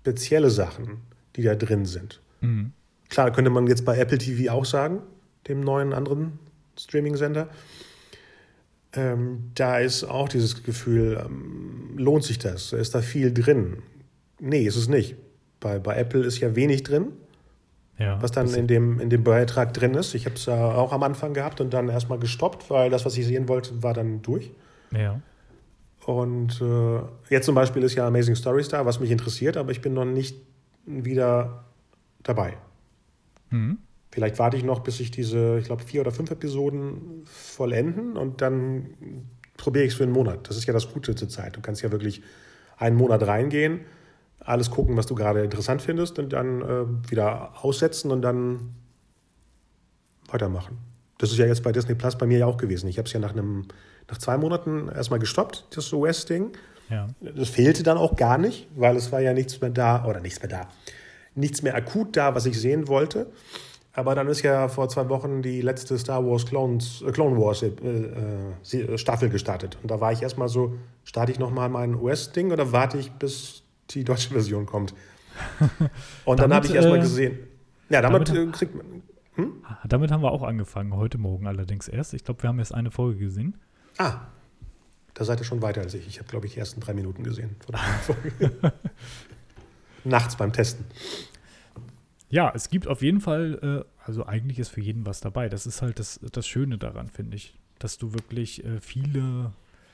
spezielle Sachen, die da drin sind. Mhm. Klar, könnte man jetzt bei Apple T V auch sagen, dem neuen anderen Streaming-Sender. Ähm, da ist auch dieses Gefühl, ähm, lohnt sich das? Ist da viel drin? Nee, ist es nicht. Bei, bei Apple ist ja wenig drin, Ja, was dann in dem, in dem Beitrag drin ist. Ich habe es ja auch am Anfang gehabt und dann erstmal gestoppt, weil das, was ich sehen wollte, war dann durch. Ja. Und äh, jetzt zum Beispiel ist ja Amazing Stories da, was mich interessiert, aber ich bin noch nicht wieder dabei. Mhm. Vielleicht warte ich noch, bis ich diese, ich glaube, vier oder fünf Episoden vollenden und dann probiere ich es für einen Monat. Das ist ja das Gute zur Zeit. Du kannst ja wirklich einen Monat reingehen, alles gucken, was du gerade interessant findest und dann äh, wieder aussetzen und dann weitermachen. Das ist ja jetzt bei Disney Plus bei mir ja auch gewesen. Ich habe es ja nach einem, nach zwei Monaten erstmal gestoppt, das U S-Ding. Ja. Das fehlte dann auch gar nicht, weil es war ja nichts mehr da, oder nichts mehr da, nichts mehr akut da, was ich sehen wollte. Aber dann ist ja vor zwei Wochen die letzte Star Wars Clones, äh, Clone Wars äh, äh, Staffel gestartet. Und da war ich erstmal so, starte ich nochmal mein U S-Ding oder warte ich, bis die deutsche Version kommt? Und dann habe ich erstmal äh, gesehen. Ja, damit, damit kriegt man. Hm? Damit haben wir auch angefangen, heute Morgen allerdings erst. Ich glaube, wir haben erst eine Folge gesehen. Ah, da seid ihr schon weiter als ich. Ich habe, glaube ich, die ersten drei Minuten gesehen von der Folge. Nachts beim Testen. Ja, es gibt auf jeden Fall, äh, also eigentlich ist für jeden was dabei. Das ist halt das, das Schöne daran, finde ich. Dass du wirklich äh, viele,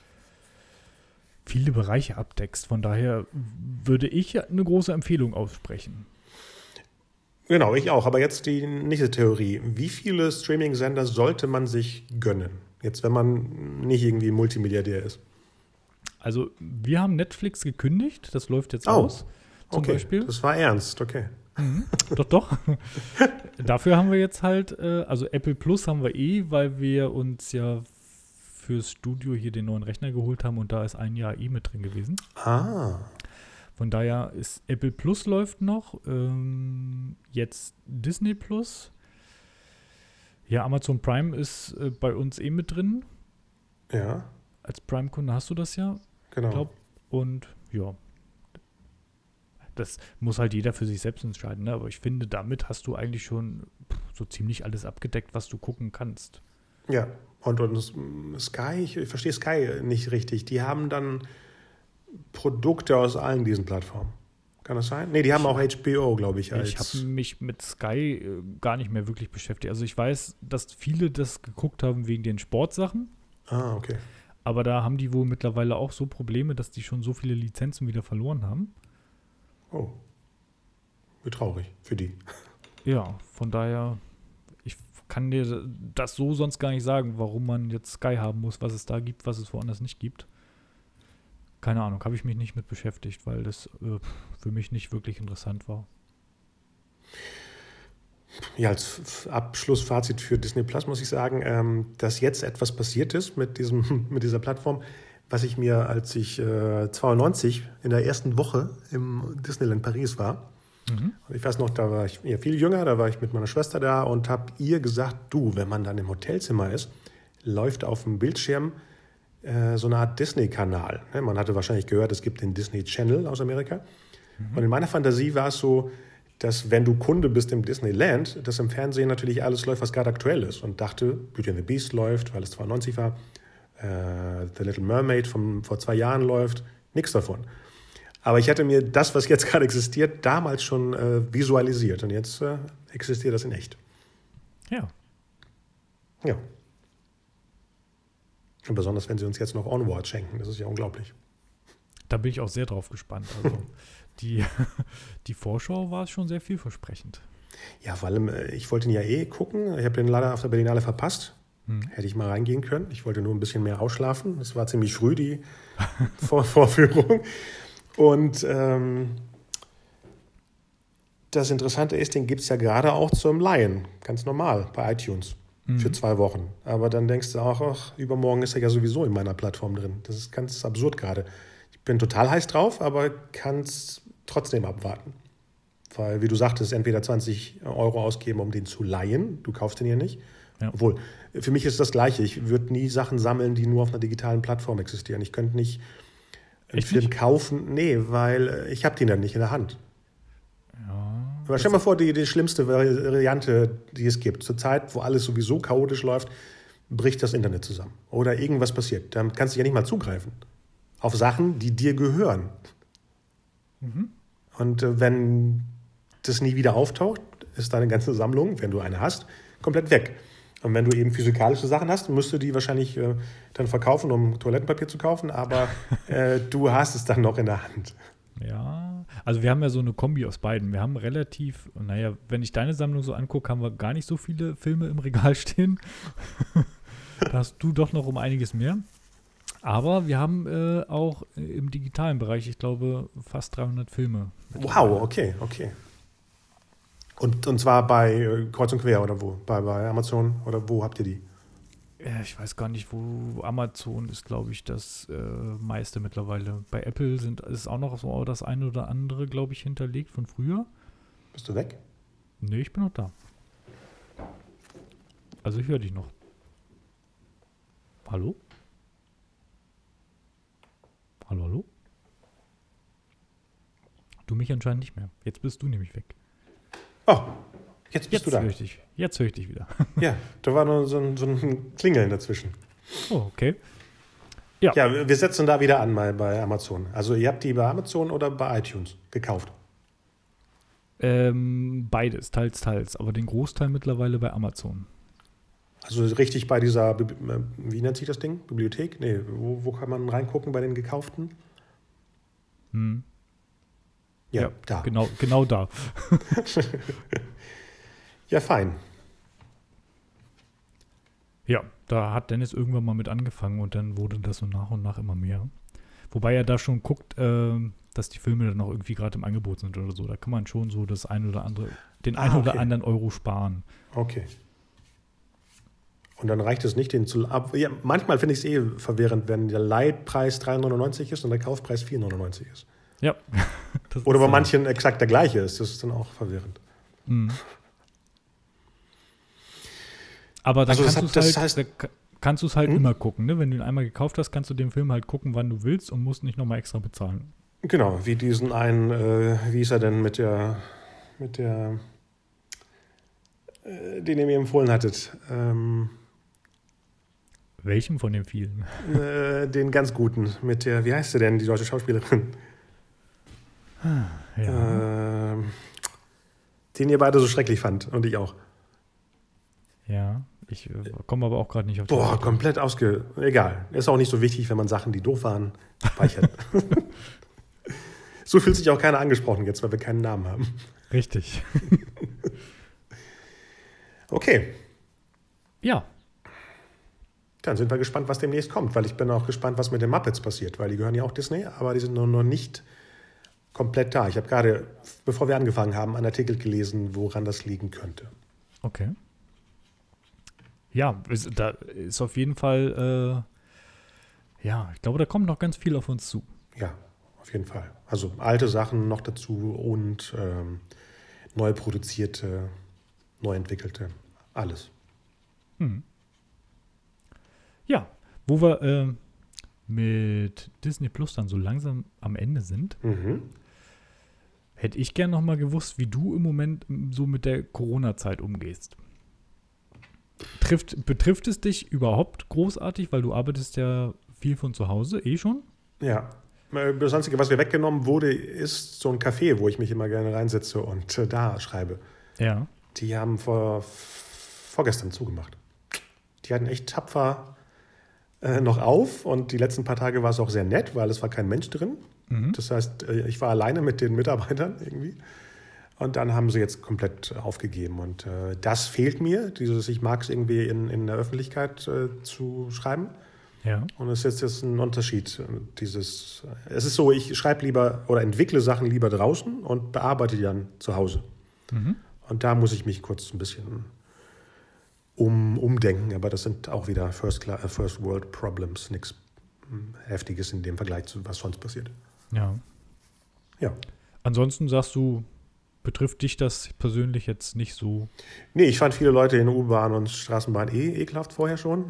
viele Bereiche abdeckst. Von daher würde ich eine große Empfehlung aussprechen. Genau, ich auch. Aber jetzt die nächste Theorie. Wie viele Streaming-Sender sollte man sich gönnen? Jetzt, wenn man nicht irgendwie Multimilliardär ist. Also, wir haben Netflix gekündigt. Das läuft jetzt oh, aus. Zum okay. Beispiel. Das war ernst, okay. Mhm. Doch, doch. Dafür haben wir jetzt halt, äh, also Apple Plus haben wir eh, weil wir uns ja fürs Studio hier den neuen Rechner geholt haben und da ist ein Jahr eh mit drin gewesen. Ah. Von daher ist Apple Plus läuft noch, ähm, jetzt Disney Plus. Ja, Amazon Prime ist äh, bei uns eh mit drin. Ja. Als Prime-Kunde hast du das ja. Genau. Glaub. Und ja, das muss halt jeder für sich selbst entscheiden. Ne? Aber ich finde, damit hast du eigentlich schon so ziemlich alles abgedeckt, was du gucken kannst. Ja, und, und Sky, ich, ich verstehe Sky nicht richtig. Die haben dann Produkte aus allen diesen Plattformen. Kann das sein? Nee, die haben ich, auch H B O, glaube ich. Als ich habe mich mit Sky äh, gar nicht mehr wirklich beschäftigt. Also ich weiß, dass viele das geguckt haben wegen den Sportsachen. Ah, okay. Aber da haben die wohl mittlerweile auch so Probleme, dass die schon so viele Lizenzen wieder verloren haben. Oh. Wie traurig für die. Ja, von daher, ich kann dir das so sonst gar nicht sagen, warum man jetzt Sky haben muss, was es da gibt, was es woanders nicht gibt. Keine Ahnung, habe ich mich nicht mit beschäftigt, weil das äh, für mich nicht wirklich interessant war. Ja, als Abschlussfazit für Disney Plus muss ich sagen, ähm, dass jetzt etwas passiert ist mit, diesem, mit dieser Plattform, was ich mir, als ich äh, zweiundneunzig in der ersten Woche im Disneyland Paris war, mhm. und ich weiß noch, da war ich ja viel jünger, da war ich mit meiner Schwester da und habe ihr gesagt, du, wenn man dann im Hotelzimmer ist, läuft auf dem Bildschirm äh, so eine Art Disney-Kanal. Ne? Man hatte wahrscheinlich gehört, es gibt den Disney Channel aus Amerika. Mhm. Und in meiner Fantasie war es so, dass wenn du Kunde bist im Disneyland, dass im Fernsehen natürlich alles läuft, was gerade aktuell ist. Und dachte, Beauty and the Beast läuft, weil es zweiundneunzig war, äh, The Little Mermaid von vor zwei Jahren läuft, nichts davon. Aber ich hatte mir das, was jetzt gerade existiert, damals schon äh, visualisiert. Und jetzt äh, existiert das in echt. Ja. Ja. Und besonders, wenn sie uns jetzt noch Onward schenken. Das ist ja unglaublich. Da bin ich auch sehr drauf gespannt. Also die, die Vorschau war schon sehr vielversprechend. Ja, vor allem, ich wollte ihn ja eh gucken. Ich habe den leider auf der Berlinale verpasst. Hm. Hätte ich mal reingehen können. Ich wollte nur ein bisschen mehr ausschlafen. Es war ziemlich früh, die Vor- Vorführung. Und ähm, das Interessante ist, den gibt es ja gerade auch zum Leihen. Ganz normal bei iTunes. Mhm. Für zwei Wochen. Aber dann denkst du auch, ach, übermorgen ist er ja sowieso in meiner Plattform drin. Das ist ganz absurd gerade. Ich bin total heiß drauf, aber kann es trotzdem abwarten. Weil, wie du sagtest, entweder zwanzig Euro ausgeben, um den zu leihen. Du kaufst den ja nicht. Ja. Obwohl, für mich ist das Gleiche. Ich würde nie Sachen sammeln, die nur auf einer digitalen Plattform existieren. Ich könnte nicht einen Echt Film nicht? kaufen. Nee, weil ich habe den dann nicht in der Hand. Aber stell dir mal vor, die, die schlimmste Variante, die es gibt, zur Zeit, wo alles sowieso chaotisch läuft, bricht das Internet zusammen. Oder irgendwas passiert. Dann kannst du ja nicht mal zugreifen. Auf Sachen, die dir gehören. Mhm. Und äh, wenn das nie wieder auftaucht, ist deine ganze Sammlung, wenn du eine hast, komplett weg. Und wenn du eben physikalische Sachen hast, musst du die wahrscheinlich äh, dann verkaufen, um Toilettenpapier zu kaufen. Aber äh, du hast es dann noch in der Hand. Ja, also wir haben ja so eine Kombi aus beiden. Wir haben relativ, naja, wenn ich deine Sammlung so angucke, haben wir gar nicht so viele Filme im Regal stehen. Da hast du doch noch um einiges mehr. Aber wir haben äh, auch im digitalen Bereich, ich glaube, fast dreihundert Filme. Wow, okay, okay. Und, und zwar bei äh, Kreuz und Quer oder wo? Bei, bei Amazon oder wo habt ihr die? Ja, ich weiß gar nicht, wo. Amazon ist, glaube ich, das äh, meiste mittlerweile. Bei Apple sind, ist auch noch so das eine oder andere, glaube ich, hinterlegt von früher. Bist du weg? Nee, ich bin noch da. Also ich höre dich noch. Hallo? Hallo, hallo? Du mich anscheinend nicht mehr. Jetzt bist du nämlich weg. Oh, jetzt bist jetzt du da. Hör ich dich. Jetzt höre ich dich wieder. Ja, da war nur so ein, so ein Klingeln dazwischen. Oh, okay. Ja. ja, wir setzen da wieder an mal bei Amazon. Also ihr habt die bei Amazon oder bei iTunes gekauft? Ähm, beides, teils, teils. Aber den Großteil mittlerweile bei Amazon. Also richtig bei dieser, wie nennt sich das Ding? Bibliothek? Nee, wo, wo kann man reingucken bei den gekauften? Hm. Ja, ja, da. Genau, genau da. Ja, fein. Ja, da hat Dennis irgendwann mal mit angefangen und dann wurde das so nach und nach immer mehr. Wobei er da schon guckt, äh, dass die Filme dann auch irgendwie gerade im Angebot sind oder so. Da kann man schon so das ein oder andere, den ah, einen okay. oder anderen Euro sparen. Okay. Und dann reicht es nicht, den zu. Ab, ja, manchmal finde ich es eh verwirrend, wenn der Leihpreis drei neunundneunzig ist und der Kaufpreis vier neunundneunzig ist. Ja. Oder bei manchen exakt der gleiche ist. Das ist dann auch verwirrend. Mhm. Aber dann also kannst du es halt, heißt, kannst du es halt hm? immer gucken. Ne? Wenn du ihn einmal gekauft hast, kannst du den Film halt gucken, wann du willst und musst nicht nochmal extra bezahlen. Genau, wie diesen einen, äh, wie ist er denn mit der, mit der, äh, den ihr mir empfohlen hattet. Ähm, Welchem von den vielen? Äh, den ganz guten, mit der, wie heißt sie denn, die deutsche Schauspielerin? Ja. Äh, den ihr beide so schrecklich fand und ich auch. Ja, ich äh, komme aber auch gerade nicht auf die Boah, Seite. komplett ausge... Egal. Ist auch nicht so wichtig, wenn man Sachen, die doof waren, speichert. So fühlt sich auch keiner angesprochen jetzt, weil wir keinen Namen haben. Richtig. Okay. Ja. Dann sind wir gespannt, was demnächst kommt, weil ich bin auch gespannt, was mit den Muppets passiert, weil die gehören ja auch Disney, aber die sind noch nicht komplett da. Ich habe gerade, bevor wir angefangen haben, einen Artikel gelesen, woran das liegen könnte. Okay. Ja, ist, da ist auf jeden Fall, äh, ja, ich glaube, da kommt noch ganz viel auf uns zu. Ja, auf jeden Fall. Also alte Sachen noch dazu und ähm, neu produzierte, neu entwickelte, alles. Hm. Ja, wo wir äh, mit Disney Plus dann so langsam am Ende sind, Mhm. hätte ich gern noch mal gewusst, wie du im Moment so mit der Corona-Zeit umgehst. Trifft, betrifft es dich überhaupt großartig, weil du arbeitest ja viel von zu Hause, eh schon? Ja. Das Einzige, was mir weggenommen wurde, ist so ein Café, wo ich mich immer gerne reinsetze und äh, da schreibe. Ja. Die haben vor, vorgestern zugemacht. Die hatten echt tapfer äh, noch auf und die letzten paar Tage war es auch sehr nett, weil es war kein Mensch drin. Mhm. Das heißt, äh, ich war alleine mit den Mitarbeitern irgendwie. Und dann haben sie jetzt komplett aufgegeben. Und äh, das fehlt mir, dieses, ich mag es irgendwie in, in der Öffentlichkeit äh, zu schreiben. Ja. Und es ist jetzt ein Unterschied. Dieses, es ist so, ich schreibe lieber oder entwickle Sachen lieber draußen und bearbeite die dann zu Hause. Mhm. Und da muss ich mich kurz ein bisschen um, umdenken. Aber das sind auch wieder First, First World Problems. Nichts Heftiges in dem Vergleich zu was sonst passiert. Ja. Ja. Ansonsten sagst du, betrifft dich das persönlich jetzt nicht so? Nee, ich fand viele Leute in U-Bahn und Straßenbahn eh ekelhaft vorher schon.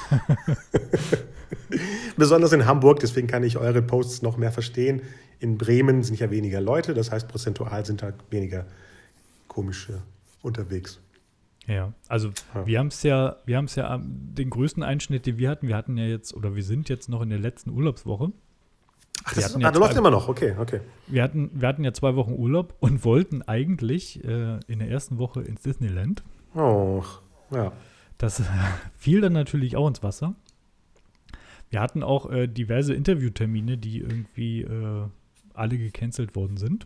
Besonders in Hamburg, deswegen kann ich eure Posts noch mehr verstehen. In Bremen sind ja weniger Leute, das heißt prozentual sind da weniger komisch äh, unterwegs. Ja, also Ja. wir haben es ja, wir haben es ja, am- den größten Einschnitt, den wir hatten, wir hatten ja jetzt, oder wir sind jetzt noch in der letzten Urlaubswoche. Ach, Wir das hatten ist, ja ah, du läuft zwei- immer noch, okay, okay. Wir hatten, wir hatten ja zwei Wochen Urlaub und wollten eigentlich äh, in der ersten Woche ins Disneyland. Oh, ja. Das äh, fiel dann natürlich auch ins Wasser. Wir hatten auch äh, diverse Interviewtermine, die irgendwie äh, alle gecancelt worden sind.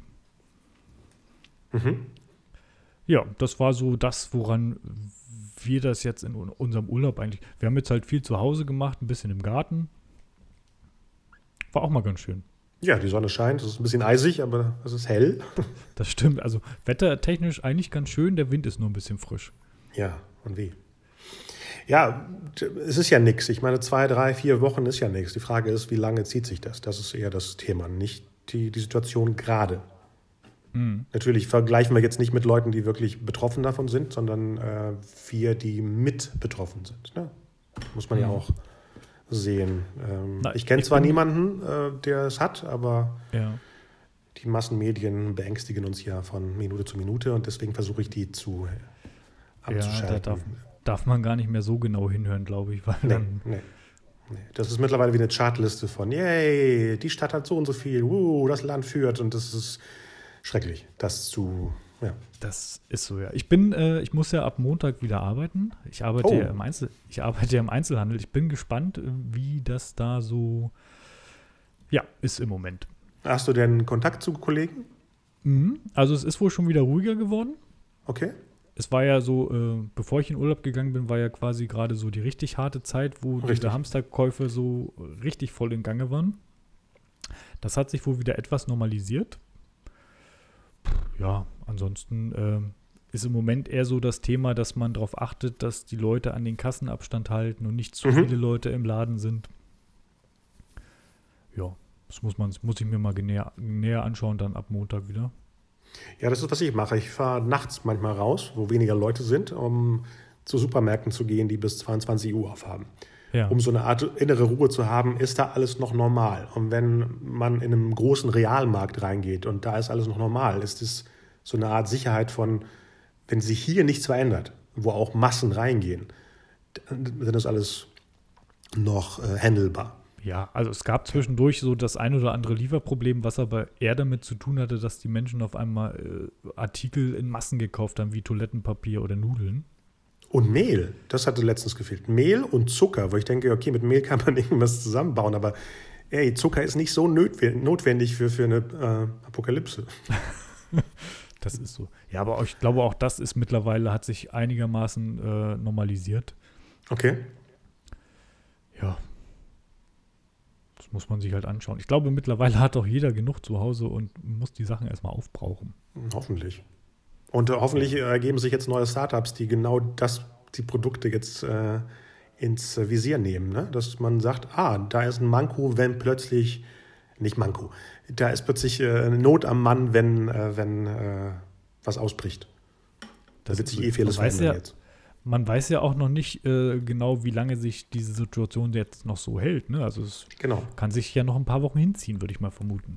Mhm. Ja, das war so das, woran wir das jetzt in un- unserem Urlaub eigentlich. Wir haben jetzt halt viel zu Hause gemacht, ein bisschen im Garten. War auch mal ganz schön. Ja, die Sonne scheint, es ist ein bisschen eisig, aber es ist hell. Das stimmt. Also wettertechnisch eigentlich ganz schön. Der Wind ist nur ein bisschen frisch. Ja, und wie? Ja, t- es ist ja nichts. Ich meine, zwei, drei, vier Wochen ist ja nichts. Die Frage ist, wie lange zieht sich das? Das ist eher das Thema, nicht die, die Situation gerade. Mhm. Natürlich vergleichen wir jetzt nicht mit Leuten, die wirklich betroffen davon sind, sondern äh, wir, die mit betroffen sind. Ne? Muss man ja Mhm. auch sehen. Ähm, Na, ich kenne ich zwar bin- niemanden, äh, der es hat, aber Ja. die Massenmedien beängstigen uns ja von Minute zu Minute und deswegen versuche ich die zu äh, Ja, abzuschalten. da darf, darf man gar nicht mehr so genau hinhören, glaube ich, weil Nee, dann. nee, nee. Das ist mittlerweile wie eine Chartliste von, yay, die Stadt hat so und so viel, uh, das Land führt und das ist schrecklich, das zu, ja. Das ist so, ja. Ich bin, äh, ich muss ja ab Montag wieder arbeiten. Ich arbeite Oh. ja im Einzel, ich arbeite ja im Einzelhandel. Ich bin gespannt, äh, wie das da so, ja, ist im Moment. Hast du denn Kontakt zu Kollegen? Mhm. Also es ist wohl schon wieder ruhiger geworden. Okay. Es war ja so, äh, bevor ich in Urlaub gegangen bin, war ja quasi gerade so die richtig harte Zeit, wo Richtig. diese Hamsterkäufe so richtig voll in Gange waren. Das hat sich wohl wieder etwas normalisiert. Ja, ansonsten ähm, ist im Moment eher so das Thema, dass man darauf achtet, dass die Leute an den Kassenabstand halten und nicht zu Mhm. viele Leute im Laden sind. Ja, das muss man, muss ich mir mal näher, näher anschauen, dann ab Montag wieder. Ja, das ist, was ich mache. Ich fahre nachts manchmal raus, wo weniger Leute sind, um zu Supermärkten zu gehen, die bis zweiundzwanzig Uhr aufhaben. Ja, Um so eine Art innere Ruhe zu haben, ist da alles noch normal. Und wenn man in einem großen Realmarkt reingeht und da ist alles noch normal, ist es so eine Art Sicherheit von, wenn sich hier nichts verändert, wo auch Massen reingehen, dann ist alles noch äh, handelbar. ja, also es gab zwischendurch so das ein oder andere Lieferproblem, was aber eher damit zu tun hatte, dass die Menschen auf einmal äh, Artikel in Massen gekauft haben, wie Toilettenpapier oder Nudeln. Und Mehl, das hatte letztens gefehlt. Mehl und Zucker, wo ich denke, okay, mit Mehl kann man irgendwas zusammenbauen, aber ey, Zucker ist nicht so notwendig für, für eine äh, Apokalypse. Das ist so. Ja, aber ich glaube, auch das ist mittlerweile, hat sich einigermaßen äh, normalisiert. Okay. Ja. Das muss man sich halt anschauen. Ich glaube, mittlerweile hat auch jeder genug zu Hause und muss die Sachen erstmal aufbrauchen. Hoffentlich. Und äh, hoffentlich ergeben sich jetzt neue Startups, die genau das, die Produkte jetzt äh, ins Visier nehmen. Ne? Dass man sagt, ah, da ist ein Manko, wenn plötzlich, nicht Manko, da ist plötzlich äh, eine Not am Mann, wenn, äh, wenn äh, was ausbricht. Da wird sich eh vieles man weiß verändern ja, jetzt. Man weiß ja auch noch nicht äh, genau, wie lange sich diese Situation jetzt noch so hält. Ne? Also es Genau. kann sich ja noch ein paar Wochen hinziehen, würde ich mal vermuten.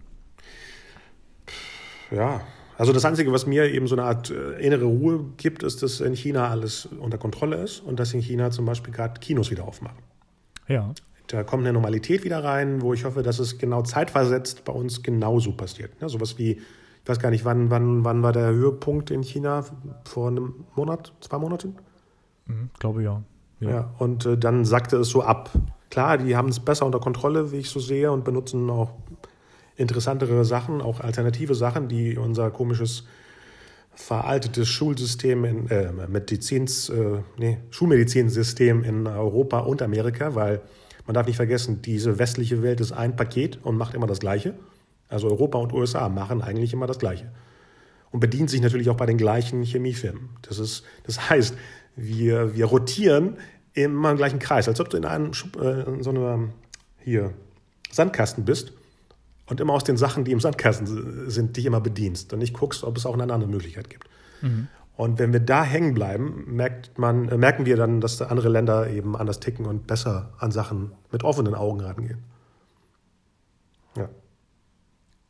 Ja, also das Einzige, was mir eben so eine Art äh, innere Ruhe gibt, ist, dass in China alles unter Kontrolle ist und dass in China zum Beispiel gerade Kinos wieder aufmachen. Ja. Da kommt eine Normalität wieder rein, wo ich hoffe, dass es genau zeitversetzt bei uns genauso passiert. Ne? Sowas wie, ich weiß gar nicht, wann, wann, wann war der Höhepunkt in China? Vor einem Monat, zwei Monaten? Mhm, glaube ja. Ja. Ja. Und äh, dann sackte es so ab. Klar, die haben es besser unter Kontrolle, wie ich so sehe, und benutzen auch interessantere Sachen, auch alternative Sachen, die unser komisches veraltetes Schulsystem in äh, Medizins, äh, nee, Schulmedizinsystem in Europa und Amerika, weil man darf nicht vergessen, diese westliche Welt ist ein Paket und macht immer das Gleiche. Also Europa und U S A machen eigentlich immer das Gleiche. Und bedient sich natürlich auch bei den gleichen Chemiefirmen. Das ist, das heißt, wir, wir rotieren immer im gleichen Kreis, als ob du in einem Schub, äh, in so einem hier Sandkasten bist und immer aus den Sachen, die im Sandkasten sind, dich immer bedienst und nicht guckst, ob es auch eine andere Möglichkeit gibt. Mhm. Und wenn wir da hängen bleiben, merkt man, äh, merken wir dann, dass andere Länder eben anders ticken und besser an Sachen mit offenen Augen rangehen. Ja.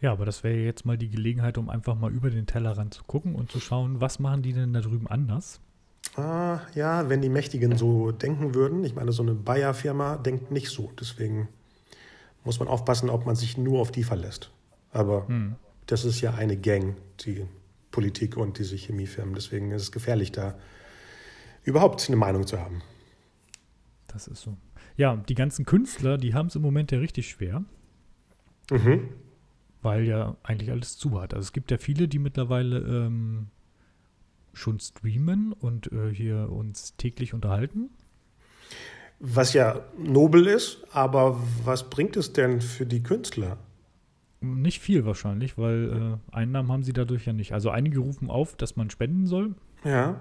Ja, aber das wäre jetzt mal die Gelegenheit, um einfach mal über den Tellerrand zu gucken und zu schauen, was machen die denn da drüben anders? Ah, ja, wenn die Mächtigen so denken würden. Ich meine, so eine Bayer-Firma denkt nicht so. Deswegen muss man aufpassen, ob man sich nur auf die verlässt. Aber hm. das ist ja eine Gang, die Politik und diese Chemiefirmen. Deswegen ist es gefährlich, da überhaupt eine Meinung zu haben. Das ist so. Ja, die ganzen Künstler, die haben es im Moment ja richtig schwer. Mhm. Weil ja eigentlich alles zu hat. Also es gibt ja viele, die mittlerweile ähm, schon streamen und äh, hier uns täglich unterhalten. Was ja nobel ist, aber was bringt es denn für die Künstler? Nicht viel wahrscheinlich, weil äh, Einnahmen haben sie dadurch ja nicht. Also einige rufen auf, dass man spenden soll. Ja.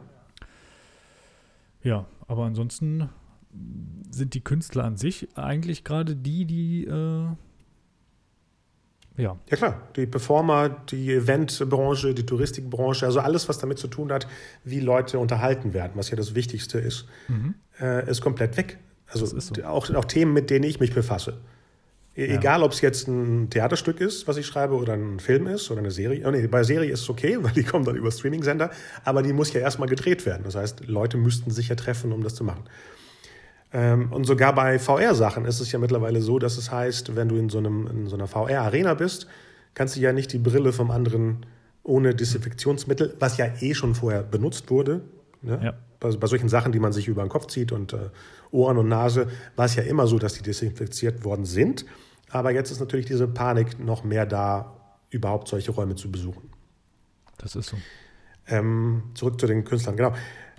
Ja, aber ansonsten sind die Künstler an sich eigentlich gerade die, die äh, ja. Ja klar, die Performer, die Eventbranche, die Touristikbranche, also alles, was damit zu tun hat, wie Leute unterhalten werden, was ja das Wichtigste ist, mhm. äh, ist komplett weg. Also so. auch, auch Themen, mit denen ich mich befasse. E- ja. Egal, ob es jetzt ein Theaterstück ist, was ich schreibe, oder ein Film ist oder eine Serie. Oh nee, bei Serie ist es okay, weil die kommen dann über Streaming-Sender, aber die muss ja erstmal gedreht werden. Das heißt, Leute müssten sich ja treffen, um das zu machen. Und sogar bei V R-Sachen ist es ja mittlerweile so, dass es heißt, wenn du in so, einem, in so einer V R-Arena bist, kannst du ja nicht die Brille vom anderen ohne Desinfektionsmittel, was ja eh schon vorher benutzt wurde. Ne? Ja. Bei, bei solchen Sachen, die man sich über den Kopf zieht und äh, Ohren und Nase, war es ja immer so, dass die desinfiziert worden sind. Aber jetzt ist natürlich diese Panik noch mehr da, überhaupt solche Räume zu besuchen. Das ist so. Ähm, zurück zu den Künstlern, genau.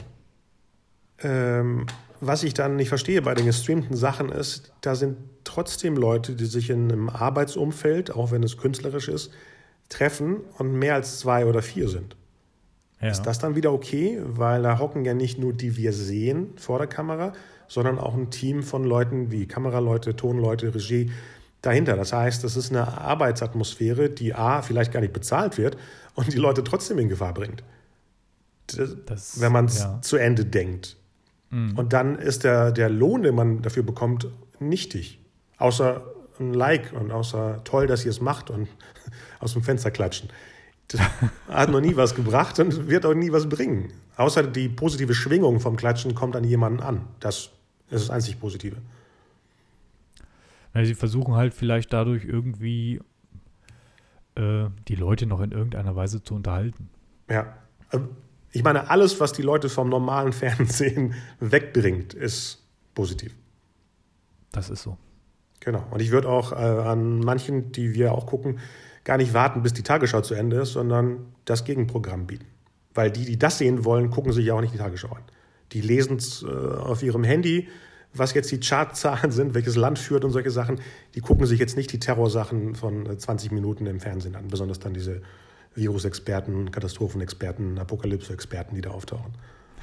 Ähm, Was ich dann nicht verstehe bei den gestreamten Sachen ist, da sind trotzdem Leute, die sich in einem Arbeitsumfeld, auch wenn es künstlerisch ist, treffen und mehr als zwei oder vier sind. Ja. Ist das dann wieder okay? Weil da hocken ja nicht nur die wir sehen vor der Kamera, sondern auch ein Team von Leuten wie Kameraleute, Tonleute, Regie dahinter. Das heißt, das ist eine Arbeitsatmosphäre, die A, vielleicht gar nicht bezahlt wird und die Leute trotzdem in Gefahr bringt. Das, das, wenn man es ja. zu Ende denkt. Und dann ist der, der Lohn, den man dafür bekommt, nichtig. Außer ein Like und außer toll, dass ihr es macht und aus dem Fenster klatschen. Das hat noch nie was gebracht und wird auch nie was bringen. Außer die positive Schwingung vom Klatschen kommt an jemanden an. Das ist das einzig Positive. Ja, sie versuchen halt vielleicht dadurch irgendwie äh, die Leute noch in irgendeiner Weise zu unterhalten. Ja, ich meine, alles, was die Leute vom normalen Fernsehen wegbringt, ist positiv. Das ist so. Genau. Und ich würde auch äh, an manchen, die wir auch gucken, gar nicht warten, bis die Tagesschau zu Ende ist, sondern das Gegenprogramm bieten. Weil die, die das sehen wollen, gucken sich ja auch nicht die Tagesschau an. Die lesen es äh, auf ihrem Handy, was jetzt die Chartzahlen sind, welches Land führt und solche Sachen. Die gucken sich jetzt nicht die Terrorsachen von äh, zwanzig Minuten im Fernsehen an, besonders dann diese Virusexperten, Katastrophenexperten, Apokalypse-Experten, die da auftauchen.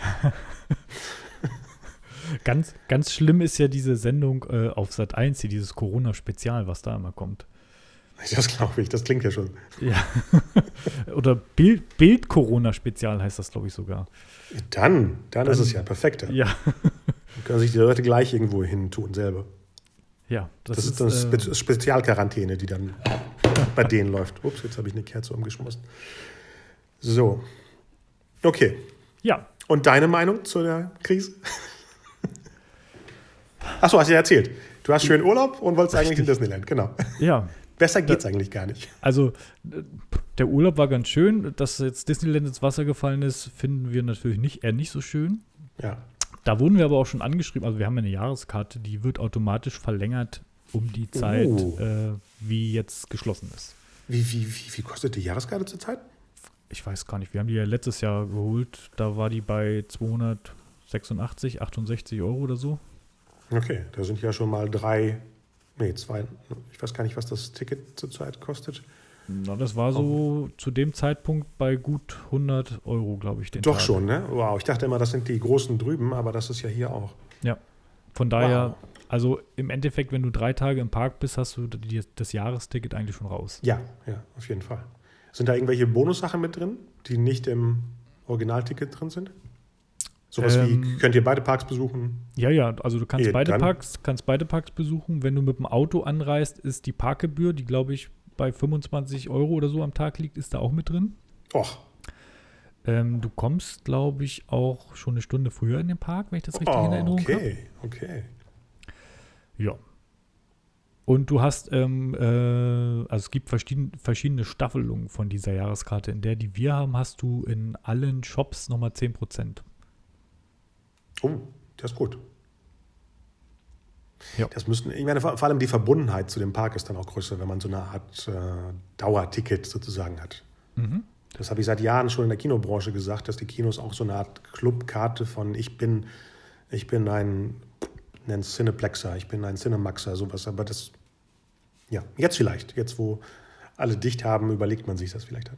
ganz, ganz schlimm ist ja diese Sendung äh, auf Sat eins, hier dieses Corona-Spezial, was da immer kommt. Das glaube ich, das klingt ja schon. Ja. Oder Bild, Bild-Corona-Spezial heißt das, glaube ich, sogar. Dann, dann, dann ist es ja perfekt. Ja. Ja. Dann können sich die Leute gleich irgendwo hin tun selber. Ja. Das, das ist, ist eine äh, Spezialquarantäne, die dann bei denen läuft. Ups, jetzt habe ich eine Kerze umgeschmissen. So. Okay. Ja. Und deine Meinung zu der Krise? Achso, hast du ja erzählt. Du hast schön Urlaub und wolltest eigentlich in Disneyland, genau. Ja. Besser geht's da, eigentlich gar nicht. Also, der Urlaub war ganz schön. Dass jetzt Disneyland ins Wasser gefallen ist, finden wir natürlich nicht, eher nicht so schön. Ja. Da wurden wir aber auch schon angeschrieben, also wir haben eine Jahreskarte, die wird automatisch verlängert um die Zeit, oh. äh, wie jetzt geschlossen ist. Wie, wie, wie, wie kostet die Jahreskarte zurzeit? Ich weiß gar nicht. Wir haben die ja letztes Jahr geholt. Da war die bei zweihundertsechsundachtzig, achtundsechzig Euro oder so. Okay, da sind ja schon mal drei, nee, zwei, ich weiß gar nicht, was das Ticket zurzeit kostet. Na, das war so oh. zu dem Zeitpunkt bei gut hundert Euro, glaube ich. Den Doch Tag. schon, ne? Wow, ich dachte immer, das sind die großen drüben, aber das ist ja hier auch. Ja, von daher, wow. Also im Endeffekt, wenn du drei Tage im Park bist, hast du die, das Jahresticket eigentlich schon raus. Ja, ja, auf jeden Fall. Sind da irgendwelche Bonussachen mit drin, die nicht im Originalticket drin sind? Sowas ähm, wie, könnt ihr beide Parks besuchen? Ja, ja, also du kannst eh, beide dann? Parks, kannst beide Parks besuchen. Wenn du mit dem Auto anreist, ist die Parkgebühr, die glaube ich bei fünfundzwanzig Euro oder so am Tag liegt, ist da auch mit drin. Och. Ähm, du kommst, glaube ich, auch schon eine Stunde früher in den Park, wenn ich das richtig oh, in Erinnerung habe. Okay, okay. Ja. Und du hast, ähm, äh, also es gibt verschieden, verschiedene Staffelungen von dieser Jahreskarte. In der, die wir haben, hast du in allen Shops nochmal zehn Prozent. Oh, das ist gut. Ja. Das müssten, ich meine, vor, vor allem die Verbundenheit zu dem Park ist dann auch größer, wenn man so eine Art äh, Dauerticket sozusagen hat. Mhm. Das habe ich seit Jahren schon in der Kinobranche gesagt, dass die Kinos auch so eine Art Clubkarte von ich bin, ich bin ein, ein Cineplexer, ich bin ein Cinemaxer, sowas. Aber das, ja, jetzt vielleicht. Jetzt, wo alle dicht haben, überlegt man sich das vielleicht dann.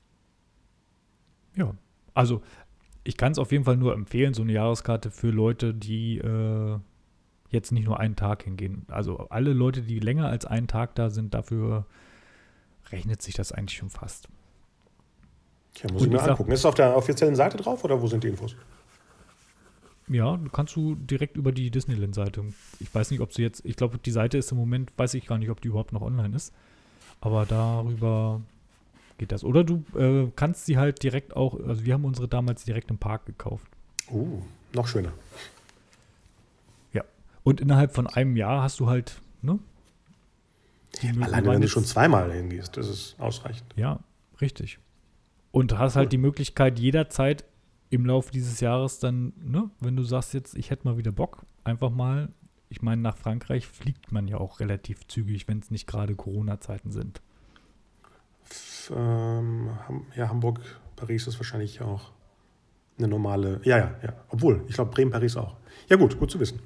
Ja, also ich kann es auf jeden Fall nur empfehlen, so eine Jahreskarte für Leute, die äh, jetzt nicht nur einen Tag hingehen. Also alle Leute, die länger als einen Tag da sind, dafür rechnet sich das eigentlich schon fast. Ja, muss ich mir angucken. Ist es auf der offiziellen Seite drauf oder wo sind die Infos? Ja, kannst du direkt über die Disneyland-Seite. Ich weiß nicht, ob sie jetzt, ich glaube, die Seite ist im Moment, weiß ich gar nicht, ob die überhaupt noch online ist. Aber darüber geht das. Oder du äh, kannst sie halt direkt auch, also wir haben unsere damals direkt im Park gekauft. Uh, noch schöner. Ja. Und innerhalb von einem Jahr hast du halt, ne? Alleine, wenn du schon zweimal hingehst, das ist ausreichend. Ja, richtig. Und hast halt die Möglichkeit, jederzeit im Laufe dieses Jahres dann, ne, wenn du sagst jetzt, ich hätte mal wieder Bock, einfach mal, ich meine, nach Frankreich fliegt man ja auch relativ zügig, wenn es nicht gerade Corona-Zeiten sind. F- ähm, ja, Hamburg, Paris ist wahrscheinlich auch eine normale, ja, ja, ja. Obwohl, ich glaube, Bremen, Paris auch. Ja gut, gut zu wissen.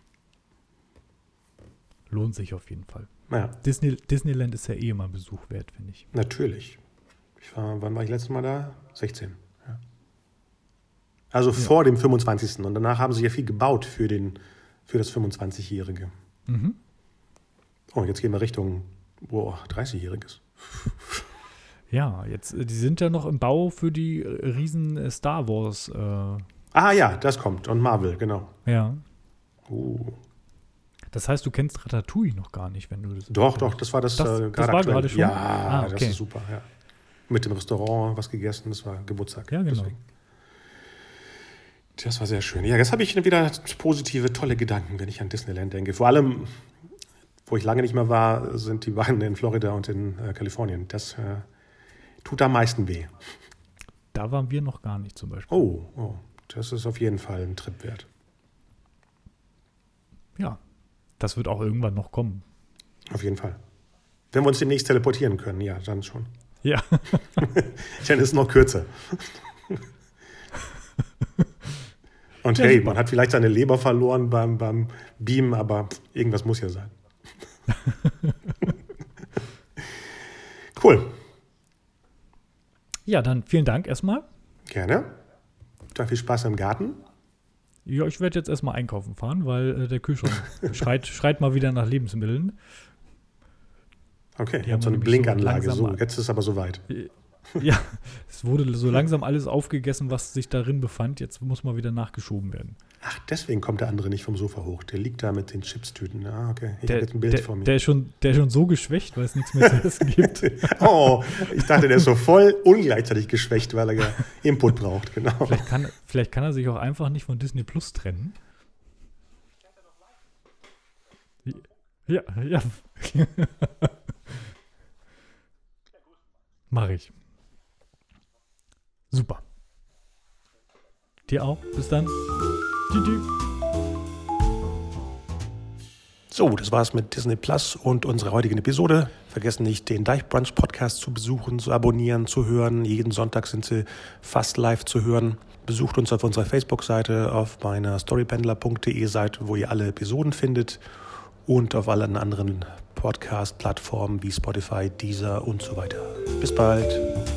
Lohnt sich auf jeden Fall. Naja. Disney, Disneyland ist ja eh immer Besuch wert, finde ich. Natürlich. Ich war, wann war ich letztes Mal da? sechzehn. Ja. Also ja. vor dem fünfundzwanzigsten Und danach haben sie ja viel gebaut für, den, für das fünfundzwanzigjährige. Mhm. Oh, jetzt gehen wir Richtung boah, dreißigjähriges. Ja, jetzt, die sind ja noch im Bau für die riesen äh, Star Wars. Äh, ah ja, das kommt. Und Marvel, genau. Ja. Uh. Das heißt, du kennst Ratatouille noch gar nicht, wenn du das... Doch, doch, das war das, das, äh, das war gerade schon? Ja, ah, okay. das ist super, ja. Mit dem Restaurant was gegessen, das war Geburtstag. Ja, genau. Deswegen. Das war sehr schön. Ja, jetzt habe ich wieder positive, tolle Gedanken, wenn ich an Disneyland denke. Vor allem, wo ich lange nicht mehr war, sind die beiden in Florida und in äh, Kalifornien. Das äh, tut am meisten weh. Da waren wir noch gar nicht zum Beispiel. Oh, oh, das ist auf jeden Fall ein Trip wert. Ja, das wird auch irgendwann noch kommen. Auf jeden Fall. Wenn wir uns demnächst teleportieren können, ja, dann schon. Ja. Dann ist es noch kürzer. Und ja, hey, super. Man hat vielleicht seine Leber verloren beim, beim Beamen, aber irgendwas muss ja sein. Cool. Ja, dann vielen Dank erstmal. Gerne. Dann viel Spaß im Garten. Ja, ich werde jetzt erstmal einkaufen fahren, weil äh, der Kühlschrank schreit, schreit mal wieder nach Lebensmitteln. Okay, Die ihr haben habt so eine nämlich so Blinkanlage. So, langsam- jetzt ist es aber soweit. Ja, es wurde so langsam alles aufgegessen, was sich darin befand. Jetzt muss mal wieder nachgeschoben werden. Ach, deswegen kommt der andere nicht vom Sofa hoch. Der liegt da mit den Chipstüten. Ah, okay. Ich Der, habe jetzt ein Bild der, vor mir. der, ist schon, der ist schon so geschwächt, weil es nichts mehr zu essen gibt. Oh, ich dachte, der ist so voll ungleichzeitig geschwächt, weil er ja Input braucht. Genau. Vielleicht kann, vielleicht kann er sich auch einfach nicht von Disney Plus trennen. Ja, ja. Mach ich. Super. Dir auch. Bis dann. Tschüss. So, das war's mit Disney Plus und unserer heutigen Episode. Vergessen nicht, den Deichbrunch Podcast zu besuchen, zu abonnieren, zu hören. Jeden Sonntag sind sie fast live zu hören. Besucht uns auf unserer Facebook-Seite, auf meiner storypendler punkt de Seite, wo ihr alle Episoden findet und auf allen anderen Podcast-Plattformen wie Spotify, Deezer und so weiter. Bis bald.